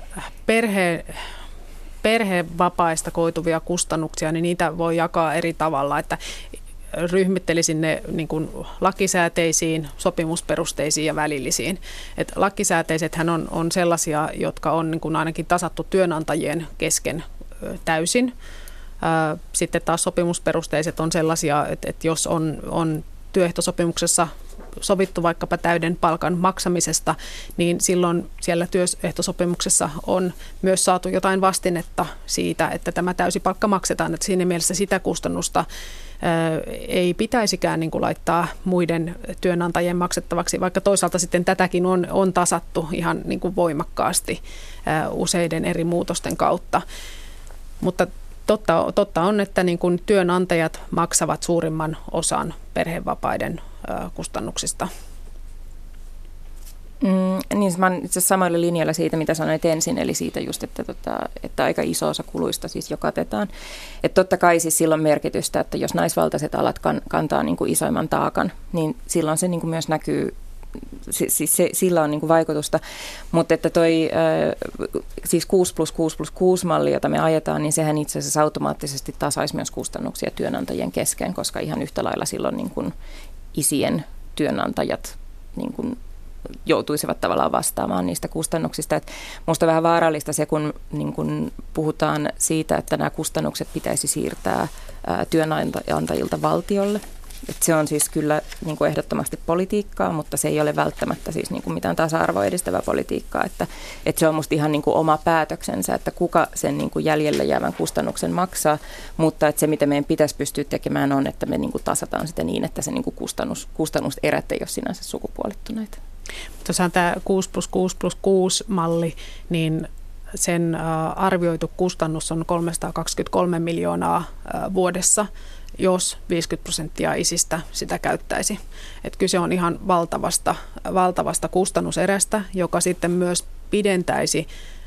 [SPEAKER 2] perhevapaista koituvia kustannuksia, niin niitä voi jakaa eri tavalla, että ryhmittelisin ne niin kuin lakisääteisiin, sopimusperusteisiin ja välillisiin. Et lakisääteisethän on sellaisia, jotka on niin kuin ainakin tasattu työnantajien kesken täysin. Sitten taas sopimusperusteiset on sellaisia, että jos on työehtosopimuksessa sovittu vaikkapa täyden palkan maksamisesta, niin silloin siellä työehtosopimuksessa on myös saatu jotain vastinetta siitä, että tämä täysi palkka maksetaan. Että siinä mielessä sitä kustannusta ei pitäisikään niin kuin laittaa muiden työnantajien maksettavaksi, vaikka toisaalta sitten tätäkin on tasattu ihan niin kuin voimakkaasti useiden eri muutosten kautta. Mutta totta on, että niin kuin työnantajat maksavat suurimman osan perhevapaiden kustannuksista.
[SPEAKER 3] Niin, mä olen itse asiassa samoilla linjalla siitä, mitä sanoit ensin, eli siitä just, että aika iso osa kuluista siis jo katetaan. Että totta kai siis sillä on merkitystä, että jos naisvaltaiset alat kantaa niin kuin isoimman taakan, niin silloin se niin kuin myös näkyy, sillä on niin kuin vaikutusta. Mutta että toi siis 6+6+6 malli, jota me ajetaan, niin sehän itse asiassa automaattisesti tasaisi myös kustannuksia työnantajien kesken, koska ihan yhtä lailla silloin niin kuin isien työnantajat niin kuin joutuisivat tavallaan vastaamaan niistä kustannuksista. Minusta on vähän vaarallista se, kun niin kun puhutaan siitä, että nämä kustannukset pitäisi siirtää työnantajilta valtiolle. Et se on siis kyllä niin kuin ehdottomasti politiikkaa, mutta se ei ole välttämättä siis niin kuin mitään tasa-arvoa edistävää politiikkaa. Että se on minusta ihan niin kuin oma päätöksensä, että kuka sen niin kuin jäljelle jäävän kustannuksen maksaa, mutta että se, mitä meidän pitäisi pystyä tekemään, on, että me niin kuin tasataan sitä niin, että se niin kuin kustannuserät ei ole sinänsä sukupuolittuneita.
[SPEAKER 2] Tosiaan tämä 6+6+6 malli, niin sen arvioitu kustannus on 323 miljoonaa vuodessa, jos 50% isistä sitä käyttäisi. Et kyse on ihan valtavasta kustannuserästä, joka sitten myös pidentäisi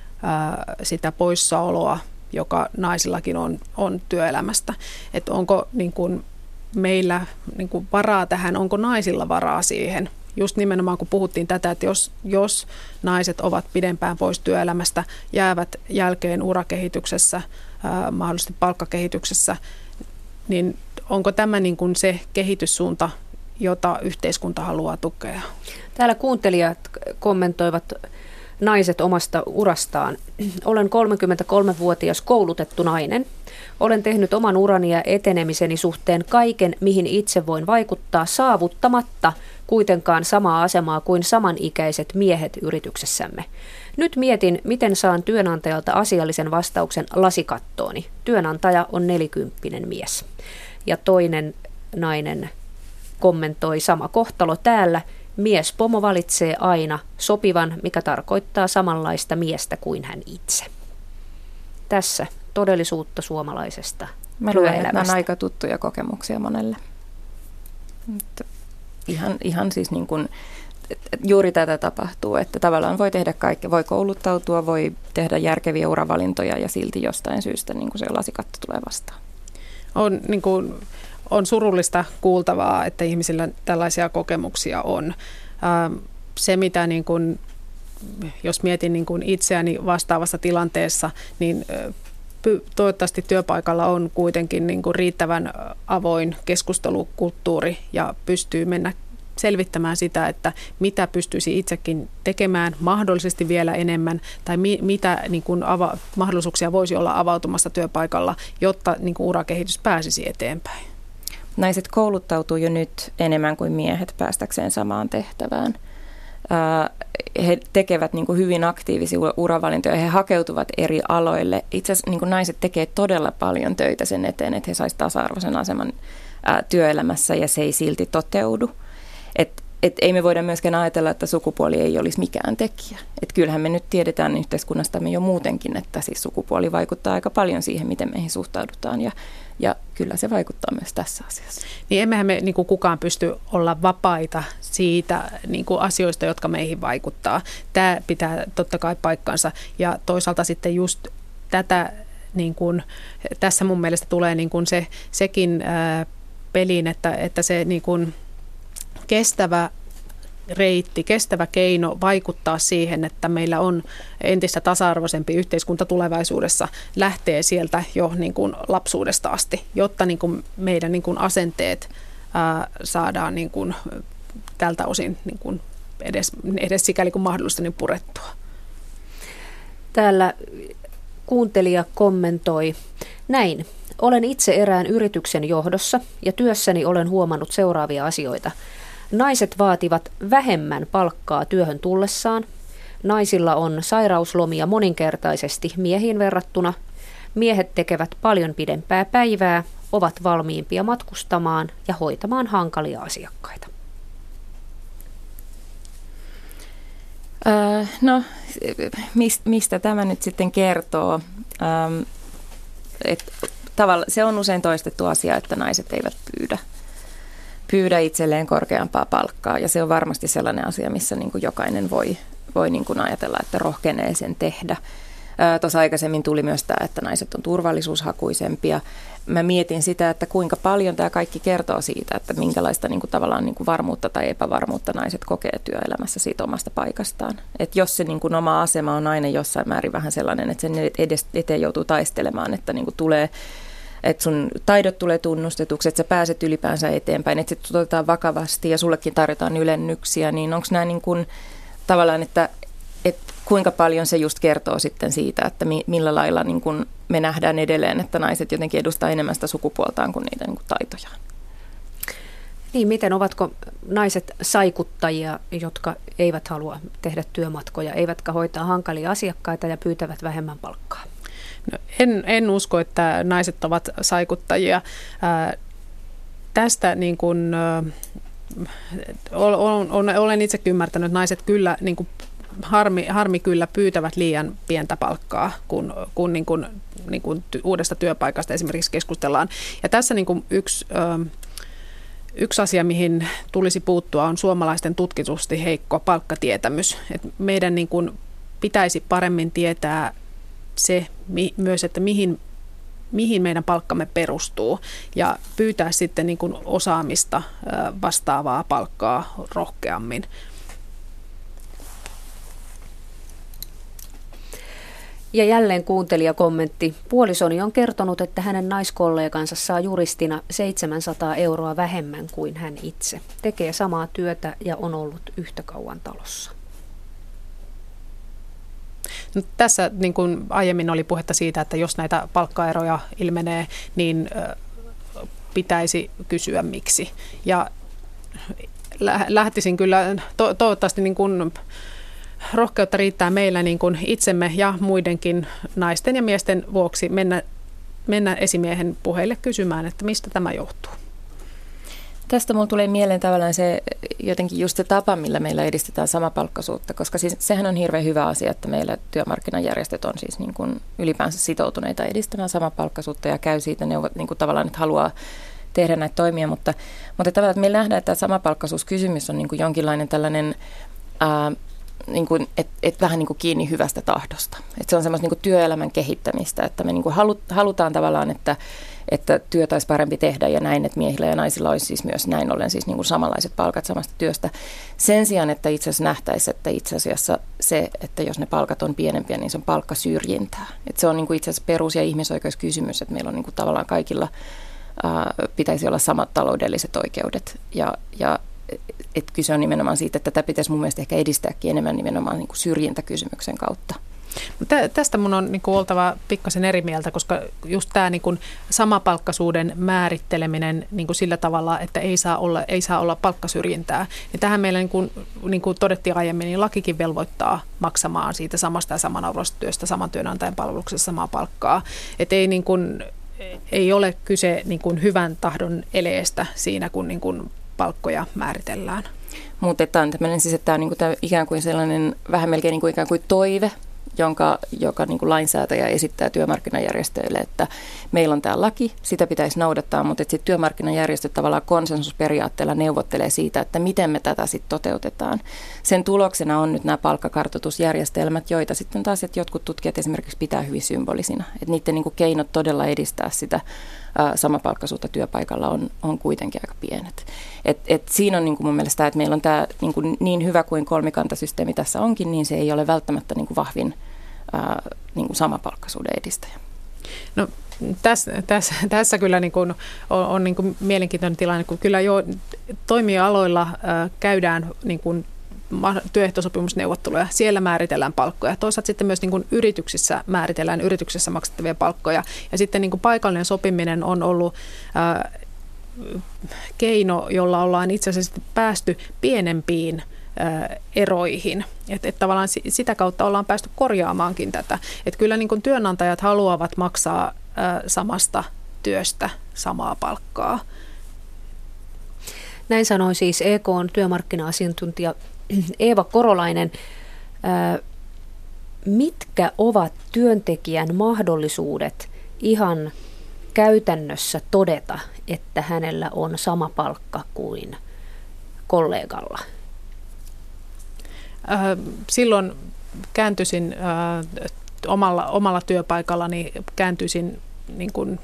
[SPEAKER 2] sitä poissaoloa, joka naisillakin on työelämästä. Et onko niin kun meillä niin kun varaa tähän, onko naisilla varaa siihen? Just nimenomaan kun puhuttiin tätä, että jos naiset ovat pidempään pois työelämästä, jäävät jälkeen urakehityksessä, mahdollisesti palkkakehityksessä, niin onko tämä niin kuin se kehityssuunta, jota yhteiskunta haluaa tukea?
[SPEAKER 1] Täällä kuuntelijat kommentoivat naiset omasta urastaan. Olen 33-vuotias koulutettu nainen. Olen tehnyt oman urani ja etenemiseni suhteen kaiken, mihin itse voin vaikuttaa, saavuttamatta kuitenkaan samaa asemaa kuin samanikäiset miehet yrityksessämme. Nyt mietin, miten saan työnantajalta asiallisen vastauksen lasikattooni. Työnantaja on 40 mies. Ja toinen nainen kommentoi sama kohtalo täällä. Miespomo valitsee aina sopivan, mikä tarkoittaa samanlaista miestä kuin hän itse. Tässä todellisuutta suomalaisesta
[SPEAKER 3] Mä luulen, että nämä on aika tuttuja kokemuksia monelle. Ihan siis niin kuin, juuri tätä tapahtuu, että tavallaan voi tehdä kaikkea, voi kouluttautua, voi tehdä järkeviä uravalintoja ja silti jostain syystä niin kuin se lasikatto tulee vastaan.
[SPEAKER 2] On surullista kuultavaa, että ihmisillä tällaisia kokemuksia on. Se, mitä niin kuin, jos mietin niin kuin itseäni vastaavassa tilanteessa, niin toivottavasti työpaikalla on kuitenkin niin kuin riittävän avoin keskustelukulttuuri ja pystyy mennä selvittämään sitä, että mitä pystyisi itsekin tekemään mahdollisesti vielä enemmän tai mitä niin kuin mahdollisuuksia voisi olla avautumassa työpaikalla, jotta niin kuin urakehitys pääsisi eteenpäin.
[SPEAKER 3] Naiset kouluttautuu jo nyt enemmän kuin miehet päästäkseen samaan tehtävään. He tekevät niin kuin hyvin aktiivisia uravalintoja, he hakeutuvat eri aloille. Itse asiassa niin kuin naiset tekee todella paljon töitä sen eteen, että he saisivat tasa-arvoisen aseman työelämässä ja se ei silti toteudu. ei me voida myöskään ajatella, että sukupuoli ei olisi mikään tekijä. Et kyllähän me nyt tiedetään yhteiskunnastamme jo muutenkin, että siis sukupuoli vaikuttaa aika paljon siihen, miten meihin suhtaudutaan ja kyllä se vaikuttaa myös tässä asiassa.
[SPEAKER 2] Niin emmehän me niin kuin kukaan pysty olla vapaita siitä niin kuin asioista, jotka meihin vaikuttaa. Tämä pitää totta kai paikkansa ja toisaalta sitten just tätä, niin kuin, tässä mun mielestä tulee niin kuin sekin peliin, että se niin kuin kestävä reitti, kestävä keino vaikuttaa siihen, että meillä on entistä tasa-arvoisempi yhteiskunta tulevaisuudessa, lähtee sieltä jo niin kuin lapsuudesta asti, jotta niin kuin meidän niin kuin asenteet saadaan niin kuin tältä osin niin kuin edes sikäli kuin mahdollista niin purettua.
[SPEAKER 1] Täällä kuuntelija kommentoi näin. Olen itse erään yrityksen johdossa ja työssäni olen huomannut seuraavia asioita. Naiset vaativat vähemmän palkkaa työhön tullessaan. Naisilla on sairauslomia moninkertaisesti miehiin verrattuna. Miehet tekevät paljon pidempää päivää, ovat valmiimpia matkustamaan ja hoitamaan hankalia asiakkaita.
[SPEAKER 3] No, mistä tämä nyt sitten kertoo? Se on usein toistettu asia, että naiset eivät pyydä itselleen korkeampaa palkkaa. Ja se on varmasti sellainen asia, missä niin kuin jokainen voi niin kuin ajatella, että rohkenee sen tehdä. Tuossa aikaisemmin tuli myös tämä, että naiset on turvallisuushakuisempia. Mä mietin sitä, että kuinka paljon tämä kaikki kertoo siitä, että minkälaista niin kuin tavallaan niin kuin varmuutta tai epävarmuutta naiset kokee työelämässä siitä omasta paikastaan. Että jos se niin kuin oma asema on aina jossain määrin vähän sellainen, että sen eteen joutuu taistelemaan, että niin kuin tulee, että sun taidot tulee tunnustetuksi, että sä pääset ylipäänsä eteenpäin, että se otetaan vakavasti ja sullekin tarjotaan ylennyksiä, niin onko nämä niin kuin tavallaan, että kuinka paljon se just kertoo sitten siitä, että millä lailla niin kuin me nähdään edelleen, että naiset jotenkin edustaa enemmän sitä sukupuoltaan kuin niitä niin kuin taitojaan.
[SPEAKER 1] Niin, miten ovatko naiset saikuttajia, jotka eivät halua tehdä työmatkoja, eivätkä hoitaa hankalia asiakkaita ja pyytävät vähemmän palkkaa?
[SPEAKER 2] No, en usko, että naiset ovat saikuttajia. Tästä niin kuin, olen itsekin ymmärtänyt, että naiset kyllä niin kuin harmi kyllä pyytävät liian pientä palkkaa, kun niin kuin uudesta työpaikasta esimerkiksi keskustellaan. Ja tässä niin kuin yksi asia, mihin tulisi puuttua, on suomalaisten tutkitusti heikko palkkatietämys. Et meidän niin kuin pitäisi paremmin tietää se myös, että mihin meidän palkkamme perustuu ja pyytää sitten niin kuin osaamista vastaavaa palkkaa rohkeammin.
[SPEAKER 1] Ja jälleen kuuntelijakommentti. Puolisoni on kertonut, että hänen naiskollegansa saa juristina 700 € vähemmän kuin hän itse. Tekee samaa työtä ja on ollut yhtä kauan talossa.
[SPEAKER 2] No, tässä niin kuin aiemmin oli puhetta siitä, että jos näitä palkkaeroja ilmenee, niin pitäisi kysyä miksi. Ja lähtisin kyllä toivottavasti niin kuin rohkeutta riittää meillä niin kuin itsemme ja muidenkin naisten ja miesten vuoksi mennä esimiehen puheille kysymään, että mistä tämä johtuu.
[SPEAKER 3] Tästä mulle tulee mieleen tavallaan se jotenkin just se tapa, millä meillä edistetään samapalkkaisuutta, koska siis sehän on hirveän hyvä asia, että meillä työmarkkinajärjestöt on siis niin kuin ylipäänsä sitoutuneita edistämään samapalkkaisuutta ja käy siitä niin kuin tavallaan, että haluaa tehdä näitä toimia, mutta tavallaan, että meillä nähdään, että tämä samapalkkaisuuskysymys on niin kuin jonkinlainen tällainen niin kuin, et vähän niin kuin kiinni hyvästä tahdosta. Et se on semmoista niin kuin työelämän kehittämistä, että me niin kuin halutaan tavallaan, että työtä olisi parempi tehdä ja näin, että miehillä ja naisilla olisi siis myös näin ollen siis niin kuin samanlaiset palkat samasta työstä. Sen sijaan, että itse asiassa nähtäisiin, että itse asiassa se, että jos ne palkat on pienempiä, niin se on palkkasyrjintää. Et se on niin kuin itse asiassa perus- ja ihmisoikeuskysymys, että meillä on niin kuin tavallaan kaikilla pitäisi olla samat taloudelliset oikeudet ja että kyse on nimenomaan siitä, että tätä pitäisi mun mielestä ehkä edistääkin enemmän nimenomaan niin kuin syrjintäkysymyksen kautta.
[SPEAKER 2] Tästä mun on niin kuin oltava pikkasen eri mieltä, koska just tämä niin kuin samapalkkaisuuden määritteleminen niin kuin sillä tavalla, että ei saa olla palkkasyrjintää. Ja tähän meillä niin kuin todettiin aiemmin, niin lakikin velvoittaa maksamaan siitä samasta ja samanarvoisesta työstä saman työnantajan palveluksessa samaa palkkaa. Että ei ole kyse niin kuin hyvän tahdon eleestä siinä, kun niin kuin palkkoja määritellään.
[SPEAKER 3] Mutta tämä on tämmöinen, siis, että tämä on niin kuin tämä ikään kuin sellainen vähän melkein niin kuin ikään kuin toive, joka niin kuin lainsäätäjä esittää työmarkkinajärjestöille, että meillä on tämä laki, sitä pitäisi noudattaa, mutta sitten työmarkkinajärjestöt tavallaan konsensusperiaatteella neuvottelee siitä, että miten me tätä sitten toteutetaan. Sen tuloksena on nyt nämä palkkakartoitusjärjestelmät, joita sitten taas jotkut tutkijat esimerkiksi pitää hyvin symbolisina. Että niiden niin kuin keinot todella edistää sitä samapalkkaisuutta työpaikalla on kuitenkin aika pienet. Et siinä on niin kuin mun mielestä, että meillä on tämä niin hyvä kuin kolmikantasysteemi tässä onkin, niin se ei ole välttämättä niin kuin vahvin niin kuin samapalkkaisuuden edistäjä.
[SPEAKER 2] No, tässä kyllä niin kuin on niin kuin mielenkiintoinen tilanne, kun kyllä jo toimialoilla käydään niin kuin työehtosopimusneuvotteluja, siellä määritellään palkkoja. Toisaalta sitten myös niin kuin yrityksissä määritellään yrityksessä maksettavia palkkoja. Ja sitten niin kuin paikallinen sopiminen on ollut keino, jolla ollaan itse asiassa päästy pienempiin eroihin. Että tavallaan sitä kautta ollaan päästy korjaamaankin tätä. Että kyllä niin kuin työnantajat haluavat maksaa samasta työstä samaa palkkaa.
[SPEAKER 1] Näin sanoi siis EK:n työmarkkina-asiantuntija Eeva Korolainen. Mitkä ovat työntekijän mahdollisuudet ihan käytännössä todeta, että hänellä on sama palkka kuin kollegalla?
[SPEAKER 2] Silloin kääntyisin omalla työpaikallani, kääntyisin niin kuin,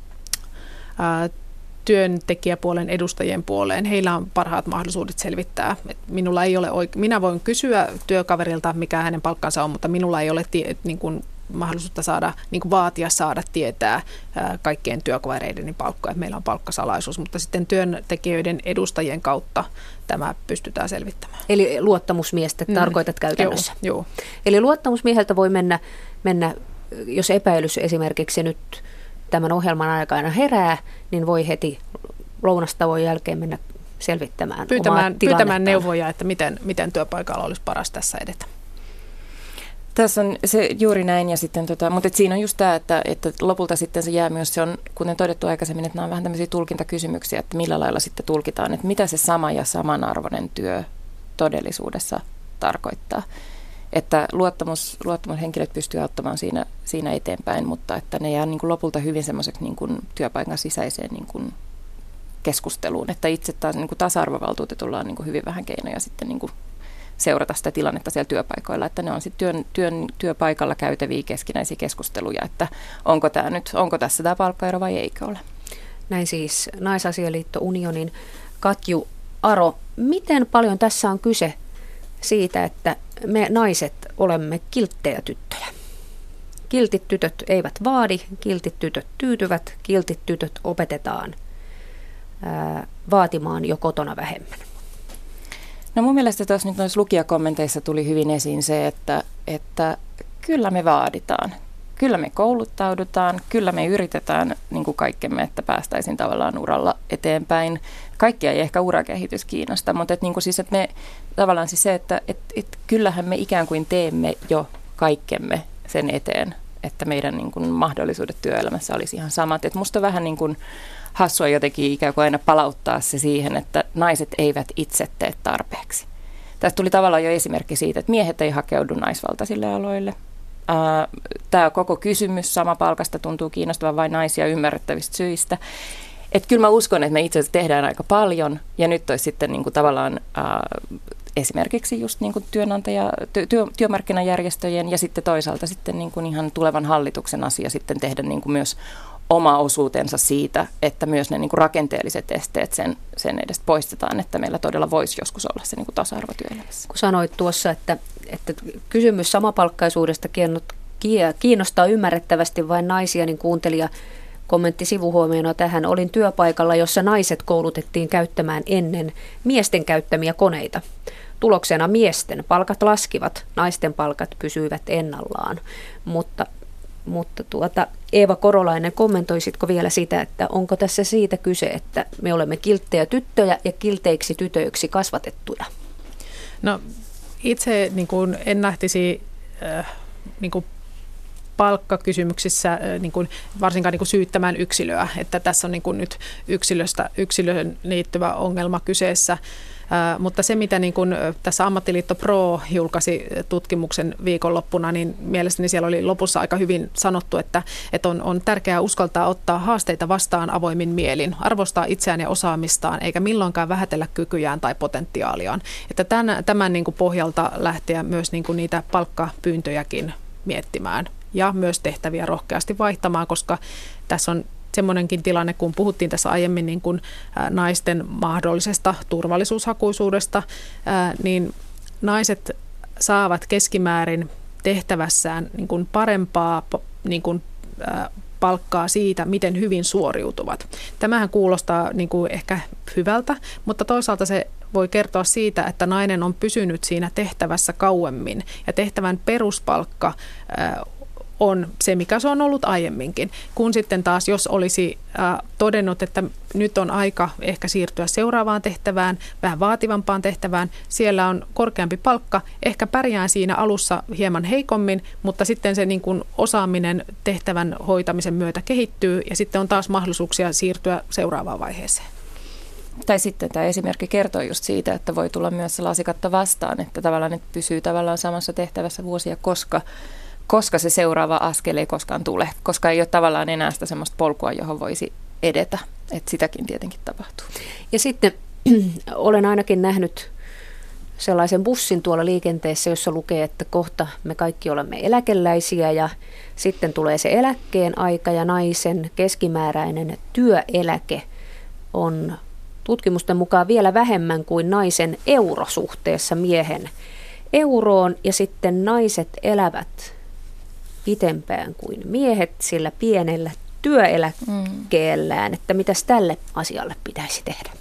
[SPEAKER 2] työntekijäpuolen edustajien puoleen. Heillä on parhaat mahdollisuudet selvittää. Minulla ei ole minä voin kysyä työkaverilta, mikä hänen palkkansa on, mutta minulla ei ole niin kuin mahdollisuutta vaatia saada tietää kaikkien työkavereideni palkkoja. Meillä on palkkasalaisuus, mutta sitten työntekijöiden edustajien kautta tämä pystytään selvittämään. Eli
[SPEAKER 1] luottamusmiestä tarkoitat käytännössä?
[SPEAKER 2] Joo.
[SPEAKER 1] Eli luottamusmieheltä voi mennä, jos epäilys esimerkiksi nyt tämän ohjelman aikana herää, niin voi heti lounastauon jälkeen mennä selvittämään
[SPEAKER 2] pyytämään neuvoja, että miten työpaikalla olisi paras tässä edetä.
[SPEAKER 3] Tässä on se juuri näin, ja sitten, mutta siinä on just tämä, että lopulta sitten se jää myös, se on, kuten todettu aikaisemmin, että nämä on vähän tämmöisiä tulkintakysymyksiä, että millä lailla sitten tulkitaan, että mitä se sama ja samanarvoinen työ todellisuudessa tarkoittaa. Että luottamushenkilöt pystyvät auttamaan siinä eteenpäin, mutta että ne jää niin kuin lopulta hyvin semmoiseksi niin kuin työpaikan sisäiseen niin kuin keskusteluun, että itse taas niin kuin tasa-arvovaltuutetulla on niin kuin hyvin vähän keinoja sitten niin kuin seurata sitä tilannetta siellä työpaikoilla, että ne on sitten työpaikalla käytäviä keskinäisiä keskusteluja, että onko tässä tämä palkkaero vai eikö ole.
[SPEAKER 1] Näin siis Naisasialiitto Unionin Katju Aro. Miten paljon tässä on kyse siitä, että me naiset olemme kilttejä tyttöjä? Kiltit tytöt eivät vaadi, kiltit tytöt tyytyvät, kiltit tytöt opetetaan vaatimaan jo kotona vähemmän.
[SPEAKER 3] No mun mielestä tuossa nyt noissa lukijakommenteissa tuli hyvin esiin se, että kyllä me vaaditaan, kyllä me kouluttaudutaan, kyllä me yritetään niin kuin kaikkemme, että päästäisiin tavallaan uralla eteenpäin. Kaikkia ei ehkä urakehitys kiinnosta, mutta että, niin kuin siis, että me tavallaan siis se, että kyllähän me ikään kuin teemme jo kaikkemme sen eteen, että meidän niin kuin mahdollisuudet työelämässä olisi ihan samat. Että musta vähän niin kuin hassua jotenkin ikään kuin aina palauttaa se siihen, että naiset eivät itse tee tarpeeksi. Tästä tuli tavallaan jo esimerkki siitä, että miehet ei hakeudu naisvaltaisille aloille. Tämä koko kysymys samapalkasta tuntuu kiinnostavan vain naisia ymmärrettävistä syistä. Että kyllä mä uskon, että me itse asiassa tehdään aika paljon, ja nyt olisi sitten niin kuin tavallaan esimerkiksi just niin kuin työmarkkinajärjestöjen ja sitten toisaalta sitten niin kuin ihan tulevan hallituksen asia sitten tehdä niin kuin myös oma osuutensa siitä, että myös ne niin kuin rakenteelliset esteet sen edestä poistetaan, että meillä todella voisi joskus olla se niin kuin tasa-arvo työelämässä.
[SPEAKER 1] Kun sanoit tuossa, että kysymys samapalkkaisuudesta kiinnostaa ymmärrettävästi vain naisia, niin kuuntelija kommentti sivuhuomiona tähän: olin työpaikalla, jossa naiset koulutettiin käyttämään ennen miesten käyttämiä koneita. Tuloksena miesten palkat laskivat, naisten palkat pysyivät ennallaan, mutta Eeva Korolainen, kommentoisitko vielä sitä, että onko tässä siitä kyse, että me olemme kilttejä tyttöjä ja kilteiksi tytöiksi kasvatettuja?
[SPEAKER 2] No itse niin kuin en lähtisi niin kuin palkkakysymyksissä niin kuin, varsinkaan niin kuin syyttämään yksilöä, että tässä on niin kuin nyt yksilöön liittyvä ongelma kyseessä. Mutta se, mitä niin kuin tässä Ammattiliitto Pro julkaisi tutkimuksen viikonloppuna, niin mielestäni siellä oli lopussa aika hyvin sanottu, että on tärkeää uskaltaa ottaa haasteita vastaan avoimin mielin, arvostaa itseään ja osaamistaan, eikä milloinkaan vähätellä kykyjään tai potentiaaliaan. Että tämän niin kuin pohjalta lähteä myös niin kuin niitä palkkapyyntöjäkin miettimään ja myös tehtäviä rohkeasti vaihtamaan, koska tässä on semmoinenkin tilanne, kun puhuttiin tässä aiemmin niin kuin naisten mahdollisesta turvallisuushakuisuudesta, niin naiset saavat keskimäärin tehtävässään niin kuin parempaa niin kuin, palkkaa siitä, miten hyvin suoriutuvat. Tämähän kuulostaa niin kuin ehkä hyvältä, mutta toisaalta se voi kertoa siitä, että nainen on pysynyt siinä tehtävässä kauemmin ja tehtävän peruspalkka on se, mikä se on ollut aiemminkin. Kun sitten taas, jos olisi todennut, että nyt on aika ehkä siirtyä seuraavaan tehtävään, vähän vaativampaan tehtävään, siellä on korkeampi palkka, ehkä pärjään siinä alussa hieman heikommin, mutta sitten se niin kuin osaaminen tehtävän hoitamisen myötä kehittyy ja sitten on taas mahdollisuuksia siirtyä seuraavaan vaiheeseen.
[SPEAKER 3] Tai sitten tämä esimerkki kertoo just siitä, että voi tulla myös se lasikatta vastaan, että tavallaan nyt pysyy tavallaan samassa tehtävässä vuosia, koska se seuraava askel ei koskaan tule, koska ei ole tavallaan enää sitä semmoista polkua, johon voisi edetä. Että sitäkin tietenkin tapahtuu.
[SPEAKER 1] Ja sitten olen ainakin nähnyt sellaisen bussin tuolla liikenteessä, jossa lukee, että kohta me kaikki olemme eläkeläisiä ja sitten tulee se eläkkeen aika ja naisen keskimääräinen työeläke on tutkimusten mukaan vielä vähemmän kuin naisen euro suhteessa miehen euroon ja sitten naiset elävät pitempään kuin miehet sillä pienellä työeläkkeellään, että mitäs tälle asialle pitäisi tehdä?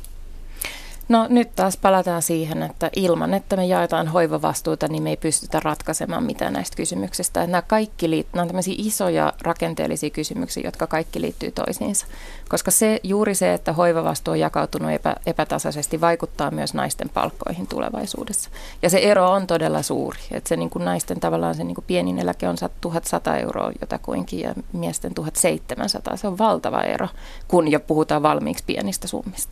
[SPEAKER 3] No nyt taas palataan siihen, että ilman, että me jaetaan hoivavastuuta, niin me ei pystytä ratkaisemaan mitään näistä kysymyksistä. Nämä nämä on tämmöisiä isoja rakenteellisia kysymyksiä, jotka kaikki liittyy toisiinsa. Koska juuri se, että hoivavastuu on jakautunut epätasaisesti, vaikuttaa myös naisten palkkoihin tulevaisuudessa. Ja se ero on todella suuri. Että se niin kuin naisten tavallaan se niin kuin pienin eläke on 1100 euroa jotakuinkin ja miesten 1700. Se on valtava ero, kun jo puhutaan valmiiksi pienistä summista.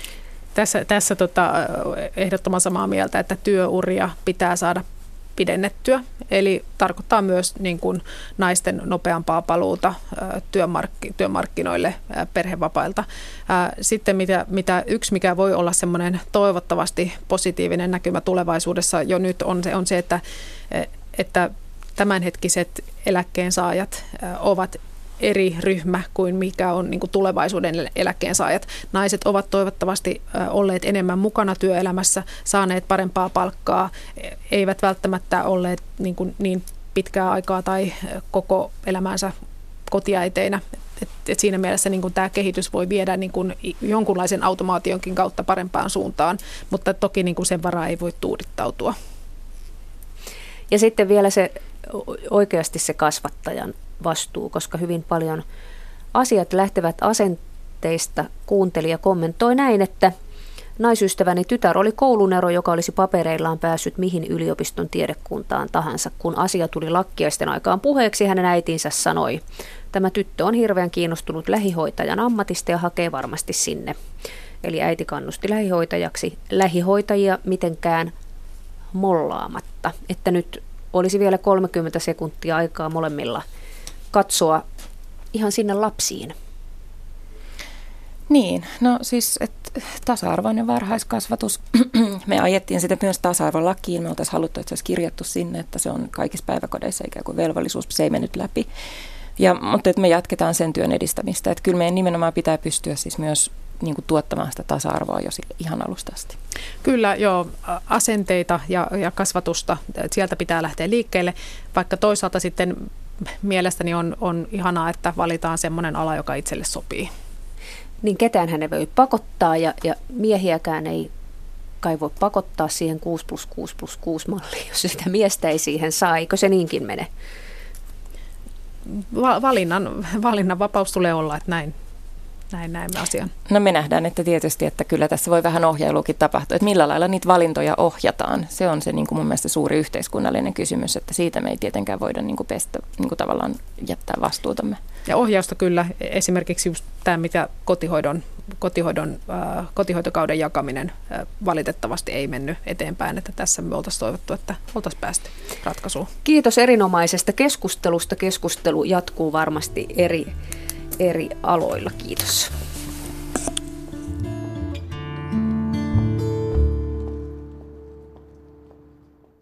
[SPEAKER 2] Tässä ehdottoman samaa mieltä, että työuria pitää saada pidennettyä, eli tarkoittaa myös niin kuin naisten nopeampaa paluuta työmarkkinoille perhevapailta. Sitten mikä voi olla semmoinen toivottavasti positiivinen näkymä tulevaisuudessa jo nyt on se, että tämänhetkiset eläkkeensaajat ovat eri ryhmä kuin mikä on niin kuin tulevaisuuden eläkkeensaajat. Naiset ovat toivottavasti olleet enemmän mukana työelämässä, saaneet parempaa palkkaa, eivät välttämättä olleet niin pitkää aikaa tai koko elämänsä kotiäiteinä. Et siinä mielessä niin kuin tämä kehitys voi viedä niin kuin jonkunlaisen automaationkin kautta parempaan suuntaan, mutta toki niin kuin sen varaa ei voi tuudittautua.
[SPEAKER 1] Ja sitten vielä se oikeasti se kasvattajan vastuu, koska hyvin paljon asiat lähtevät asenteista. Kuuntelija kommentoi näin, että naisystäväni tytär oli koulunero, joka olisi papereillaan päässyt mihin yliopiston tiedekuntaan tahansa. Kun asia tuli lakkiaisten aikaan puheeksi, hänen äitinsä sanoi, tämä tyttö on hirveän kiinnostunut lähihoitajan ammatista ja hakee varmasti sinne. Eli äiti kannusti lähihoitajaksi lähihoitajia mitenkään mollaamatta, että nyt olisi vielä 30 sekuntia aikaa molemmilla katsoa ihan sinne lapsiin.
[SPEAKER 3] Niin, no siis tasa-arvoinen varhaiskasvatus. Me ajettiin sitä myös tasa-arvolakiin. Me oltaisiin haluttu, että se olisi kirjattu sinne, että se on kaikissa päiväkodeissa ikään kuin velvollisuus. Se ei mennyt läpi. Mutta että me jatketaan sen työn edistämistä. Että kyllä meidän nimenomaan pitää pystyä siis myös niin kuin tuottamaan sitä tasa-arvoa jo ihan alusta asti.
[SPEAKER 2] Kyllä, joo. Asenteita ja kasvatusta, sieltä pitää lähteä liikkeelle, vaikka toisaalta sitten mielestäni on ihanaa, että valitaan semmoinen ala, joka itselle sopii.
[SPEAKER 1] Niin ketään hän ei voi pakottaa ja miehiäkään ei kai voi pakottaa siihen 6+6+6 malliin, jos sitä miestä ei siihen saa. Eikö se niinkin mene?
[SPEAKER 2] Valinnan vapaus tulee olla, että näin näemme asian?
[SPEAKER 3] No me nähdään, että tietysti, että kyllä tässä voi vähän ohjailuakin tapahtua, että millä lailla niitä valintoja ohjataan. Se on se niin kuin mun mielestä suuri yhteiskunnallinen kysymys, että siitä me ei tietenkään voida niin kuin pestä, niin kuin tavallaan jättää vastuutamme.
[SPEAKER 2] Ja ohjausta kyllä, esimerkiksi just tämä, mitä kotihoitokauden jakaminen valitettavasti ei mennyt eteenpäin, että tässä me oltaisiin toivottu, että oltaisiin päästy ratkaisuun.
[SPEAKER 1] Kiitos erinomaisesta keskustelusta. Keskustelu jatkuu varmasti eri aloilla. Kiitos.